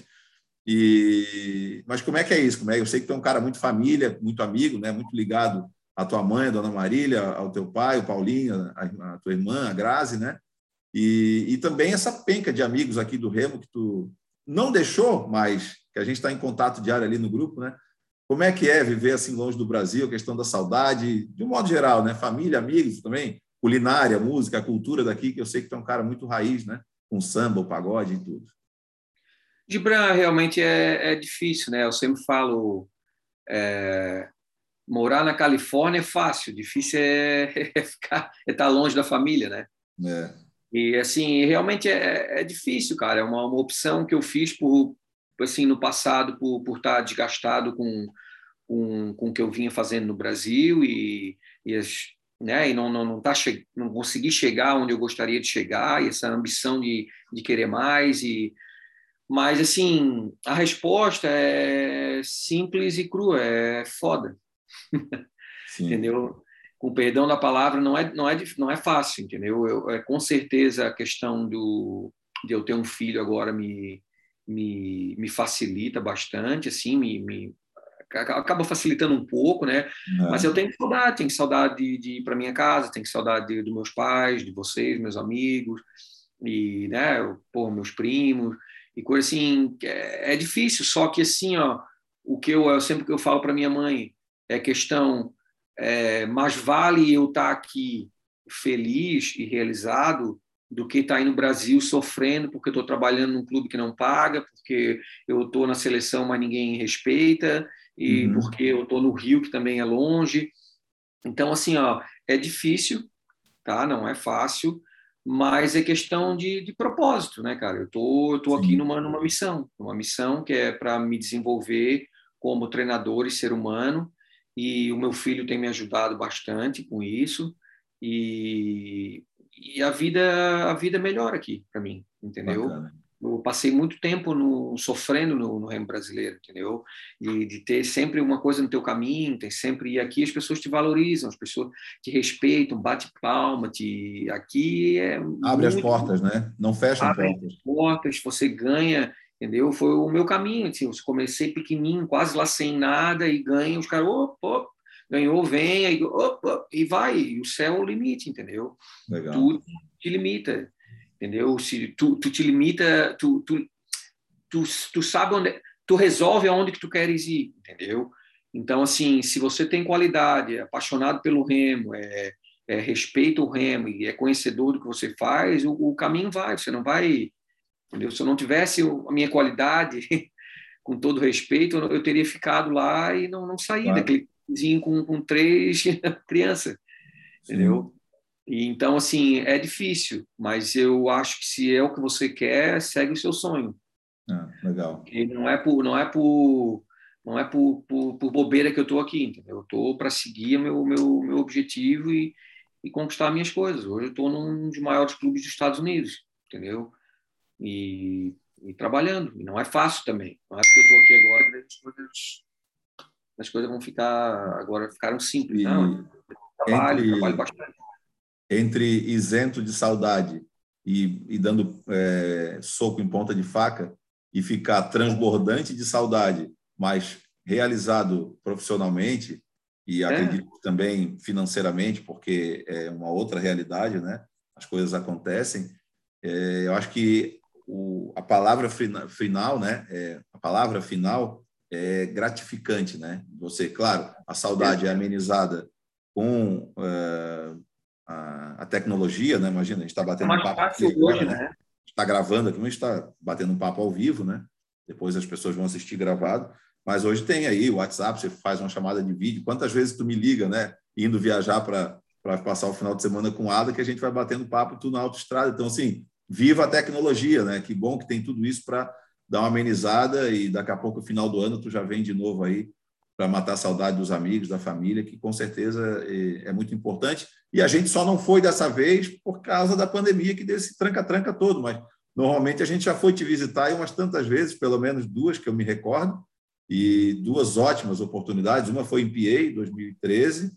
Mas como é que é isso? Eu sei que tu é um cara muito família, muito amigo, né, muito ligado à tua mãe, a dona Marília, ao teu pai, o Paulinho, a tua irmã, a Grazi, né? E também essa penca de amigos aqui do Remo que tu não deixou, mas que a gente está em contato diário ali no grupo, né? Como é que é viver assim longe do Brasil, a questão da saudade, de um modo geral, né? Família, amigos também, culinária, música, a cultura daqui, que eu sei que tu é um cara muito raiz, né? Com samba, o pagode e tudo. Gibran, realmente é difícil, né? Eu sempre falo, morar na Califórnia é fácil, difícil é estar longe da família, né? E assim, realmente é difícil, cara. É uma opção que eu fiz assim, no passado por estar desgastado com o que eu vinha fazendo no Brasil né, e não consegui chegar onde eu gostaria de chegar, e essa ambição de querer mais. Mas assim, a resposta é simples e crua, é foda. Sim. Entendeu? Com perdão da palavra, não é fácil, entendeu? Com certeza a questão de eu ter um filho agora me facilita bastante, assim, acaba facilitando um pouco, né? Mas eu tenho saudade de ir para minha casa, tenho saudade dos meus pais, de vocês, meus amigos, e, né, meus primos, e coisa assim, é difícil, só que assim, ó, sempre que eu falo para minha mãe, é questão, mais vale eu estar aqui feliz e realizado do que estar aí no Brasil sofrendo porque eu estou trabalhando num clube que não paga, porque eu estou na seleção, mas ninguém respeita, e porque eu estou no Rio, que também é longe. Então, assim, ó, é difícil, tá? Não é fácil, mas é questão de propósito, né, cara? Eu tô aqui Sim. numa missão que é para me desenvolver como treinador e ser humano, e o meu filho tem me ajudado bastante com isso, e a vida melhora aqui para mim, entendeu? Bacana. Eu passei muito tempo sofrendo no remo brasileiro, entendeu? E de ter sempre uma coisa no teu caminho, tem sempre, e aqui as pessoas te valorizam, as pessoas te respeitam, bate palma, aqui é Abre as muito, portas, né? Não fecham abre portas. portas, você ganha, entendeu? Foi o meu caminho, assim, eu comecei pequenininho, quase lá sem nada, e ganha, os caras, opa, ganhou, vem, aí, opa, e vai, e o céu é o limite, entendeu? Legal. Tu te limita, entendeu? Se tu te limita, tu sabe onde, tu resolve aonde que tu queres ir, entendeu? Então, assim, se você tem qualidade, é apaixonado pelo remo, respeita o remo e é conhecedor do que você faz, o caminho vai, você não vai, entendeu? Se eu não tivesse a minha qualidade, com todo respeito, eu teria ficado lá e não saí Claro. daquele vizinho com 3 crianças, Sim. entendeu? E, então, assim, é difícil, mas eu acho que se é o que você quer, segue o seu sonho. Ah, legal. Porque não é por bobeira que eu estou aqui, entendeu? Eu estou para seguir meu objetivo e conquistar minhas coisas. Hoje eu estou num dos maiores clubes dos Estados Unidos, entendeu? E trabalhando. E não é fácil também. Não é porque eu estou aqui agora que as coisas vão ficar agora ficaram simples. Não, E trabalho entre, bastante. entre isento de saudade e dando soco em ponta de faca e ficar transbordante de saudade, mas realizado profissionalmente e É, acredito também financeiramente, porque é uma outra realidade, né? As coisas acontecem. Eu acho que a palavra final, né? A palavra final é gratificante, né? Você, claro, a saudade é amenizada com a tecnologia, né? Imagina, a gente está é batendo um mais papo aqui fácil agora, hoje, né? né? Está gravando aqui, mas está batendo um papo ao vivo, né? Depois as pessoas vão assistir gravado. Mas hoje tem aí o WhatsApp, você faz uma chamada de vídeo. Quantas vezes tu me liga, né? Indo viajar para passar o final de semana com o Ada, que a gente vai batendo papo tudo na autoestrada. Então, assim, viva a tecnologia, né? Que bom que tem tudo isso para dar uma amenizada e daqui a pouco, no final do ano, tu já vem de novo aí para matar a saudade dos amigos, da família, que com certeza é muito importante. E a gente só não foi dessa vez por causa da pandemia, que deu esse tranca-tranca todo, mas normalmente a gente já foi te visitar aí umas tantas vezes, pelo menos 2 que eu me recordo, e 2 ótimas oportunidades. Uma foi em PA, 2013,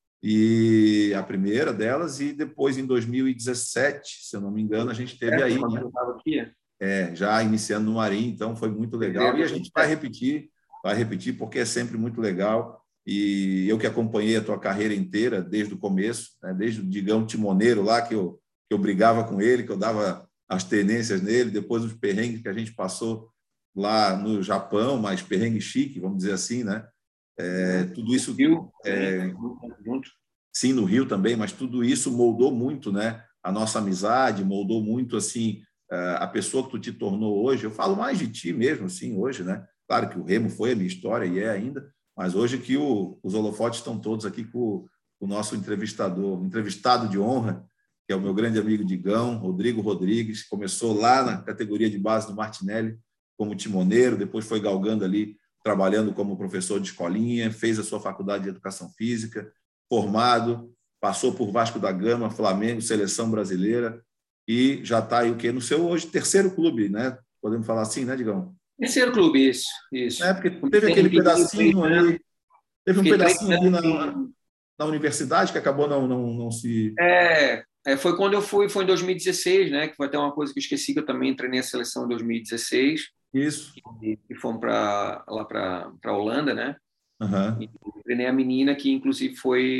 e a primeira delas, e depois em 2017, se eu não me engano, a gente teve aí, Quando né? eu estava aqui, Já iniciando no Marinho, então foi muito legal. E a fevereiro de gente 2007. vai repetir, porque é sempre muito legal. E eu que acompanhei a tua carreira inteira, desde o começo, né, desde o Digão Timoneiro lá, que eu brigava com ele, que eu dava as tenências nele, depois os perrengues que a gente passou lá no Japão, mas perrengue chique, vamos dizer assim, né? Tudo isso, Viu? Sim, junto. sim, no Rio também, mas tudo isso moldou muito, né? A nossa amizade, moldou muito, assim, a pessoa que tu te tornou hoje. Eu falo mais de ti mesmo, assim, hoje, né? Claro que o Remo foi a minha história e é ainda, mas hoje que os holofotes estão todos aqui com o nosso entrevistado de honra, que é o meu grande amigo Digão, Rodrigo Rodrigues, começou lá na categoria de base do Martinelli como timoneiro, depois foi galgando ali, trabalhando como professor de escolinha, fez a sua faculdade de educação física, formado, passou por Vasco da Gama, Flamengo, Seleção Brasileira, e já está aí o quê? No seu hoje terceiro clube, né? Podemos falar assim, né, Digão? Terceiro clube, isso. É, porque teve Comecei no aquele Rio, 3 pedacinho anos, ali, teve um fiquei 3 pedacinho ali anos na universidade que acabou não se... foi quando eu fui, foi em 2016, né? Que vai ter uma coisa que eu esqueci, que eu também treinei a seleção em 2016, Isso. e fomos lá para a Holanda, né? E Uhum. treinei a menina que, inclusive,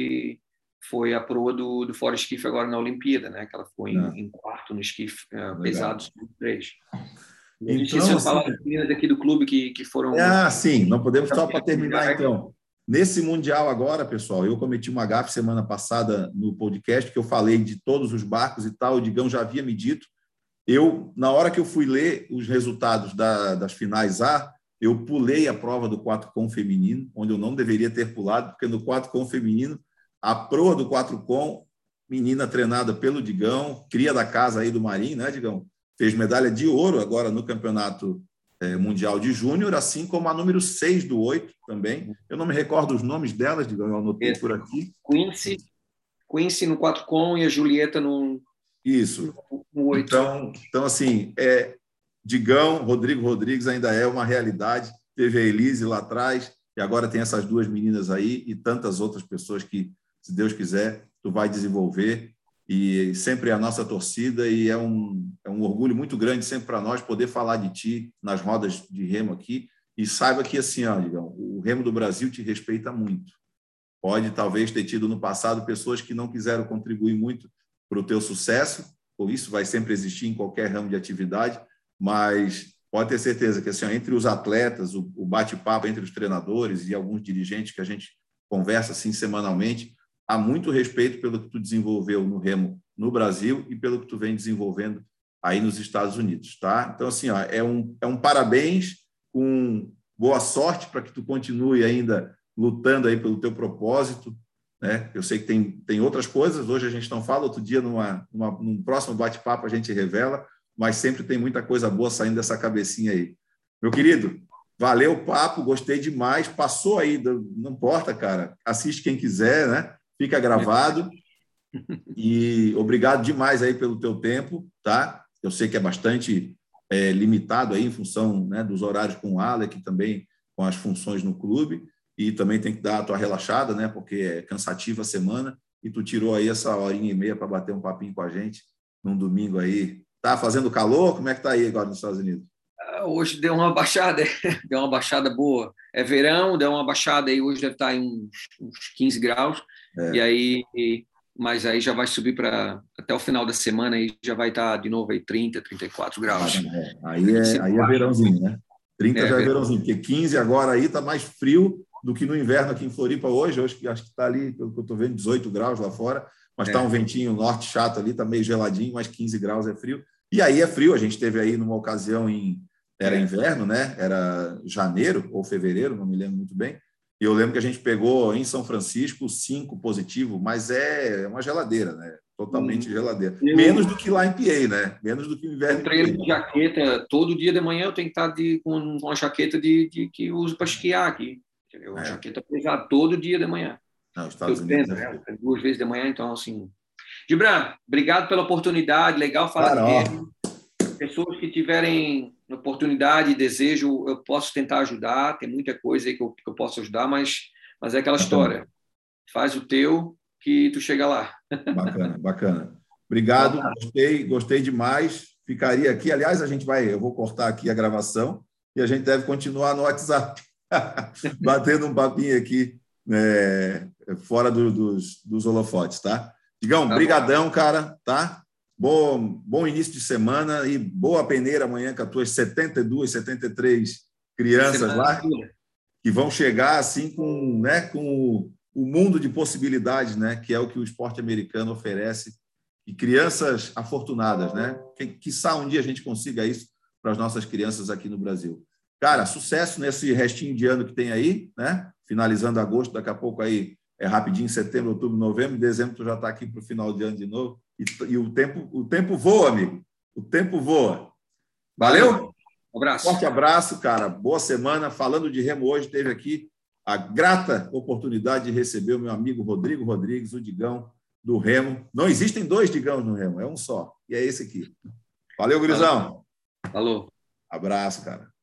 foi a proa do fora esquife agora na Olimpíada, né? Que ela ficou Ah, em quarto no esquife pesado, legal. sub-3. Eu esqueci Então, de falar assim, das meninas aqui do clube que foram. sim, não podemos só para terminar, então. Nesse Mundial agora, pessoal, eu cometi uma gafe semana passada no podcast, que eu falei de todos os barcos e tal, o Digão já havia me dito. Na hora que eu fui ler os resultados das finais A, eu pulei a prova do 4 com feminino, onde eu não deveria ter pulado, porque no 4 com feminino, a proa do 4 com, menina treinada pelo Digão, cria da casa aí do Marinho, né, Digão? Fez medalha de ouro agora no campeonato mundial de júnior, assim como a número 6 do 8 também. Eu não me recordo os nomes delas, Digão, eu anotei por aqui. Quincy Quincy no 4 com e a Julieta Isso. no 8. Então assim, Digão, Rodrigo Rodrigues ainda é uma realidade. Teve a Elise lá atrás, e agora tem essas duas meninas aí e tantas outras pessoas que, se Deus quiser, tu vai desenvolver. E sempre é a nossa torcida, e é um orgulho muito grande sempre para nós poder falar de ti nas rodas de remo aqui. E saiba que, assim, Digão, o remo do Brasil te respeita muito. Pode, talvez, ter tido no passado pessoas que não quiseram contribuir muito para o teu sucesso, ou isso vai sempre existir em qualquer ramo de atividade, mas pode ter certeza que, assim, entre os atletas, o bate-papo entre os treinadores e alguns dirigentes que a gente conversa assim semanalmente, há muito respeito pelo que tu desenvolveu no remo no Brasil e pelo que tu vem desenvolvendo aí nos Estados Unidos, tá? Então, assim, é um parabéns, com boa sorte para que tu continue ainda lutando aí pelo teu propósito, né? Eu sei que tem outras coisas, hoje a gente não fala, outro dia num próximo bate-papo a gente revela, mas sempre tem muita coisa boa saindo dessa cabecinha aí. Meu querido, valeu o papo, gostei demais, passou aí, não importa, cara, assiste quem quiser, né? Fica gravado, e obrigado demais aí pelo teu tempo, tá? Eu sei que é bastante limitado aí em função, né, dos horários com o Alec, também com as funções no clube, e também tem que dar a tua relaxada, né, porque é cansativa a semana, e tu tirou aí essa horinha e meia para bater um papinho com a gente num domingo aí. Tá fazendo calor? Como é que tá aí agora nos Estados Unidos? Hoje deu uma baixada, deu uma baixada boa. É verão, deu uma baixada aí, hoje deve estar em uns 15 graus, e aí, mas aí já vai subir para até o final da semana e já vai estar de novo aí 30, 34 graus. Aí é verãozinho, né? 30 já é verãozinho, porque 15 agora aí tá mais frio do que no inverno aqui em Floripa hoje acho que está ali, pelo que eu estou vendo, 18 graus lá fora, mas está um ventinho norte chato ali, está meio geladinho, mas 15 graus é frio. E aí é frio, a gente teve aí numa ocasião era inverno, né? Era janeiro ou fevereiro, não me lembro muito bem. E eu lembro que a gente pegou em São Francisco 5 positivo, mas é uma geladeira, né? Totalmente geladeira. Menos do que lá em PA, né? Menos do que o inverno. Eu treino de jaqueta, todo dia de manhã eu tenho que estar com uma jaqueta que eu uso para esquiar aqui. Uma jaqueta pesada todo dia de manhã. Não, Estados Unidos. Treino, 2 vezes de manhã, então assim. Gibran, obrigado pela oportunidade, legal falar de remo. Pessoas que tiverem oportunidade e desejo, eu posso tentar ajudar. Tem muita coisa aí que eu posso ajudar, mas é aquela história. Faz o teu que tu chega lá. Bacana. Obrigado, gostei demais. Ficaria aqui. Aliás, eu vou cortar aqui a gravação e a gente deve continuar no WhatsApp, batendo um papinho aqui, fora dos holofotes, tá? Digão, brigadão, cara, tá? Bom início de semana e boa peneira amanhã com as tuas 72, 73 crianças lá, que vão chegar assim com o mundo de possibilidades, né, que é o que o esporte americano oferece, e crianças afortunadas, né? Quiçá um dia a gente consiga isso para as nossas crianças aqui no Brasil. Cara, sucesso nesse restinho de ano que tem aí, né? Finalizando agosto, daqui a pouco aí é rapidinho, setembro, outubro, novembro, dezembro tu já está aqui para o final de ano de novo. E o tempo voa, amigo. O tempo voa. Valeu? Um abraço. Forte abraço, cara. Boa semana. Falando de remo hoje, teve aqui a grata oportunidade de receber o meu amigo Rodrigo Rodrigues, o Digão do remo. Não existem 2 Digãos no remo, é um só. E é esse aqui. Valeu, gurizão. Falou. Abraço, cara.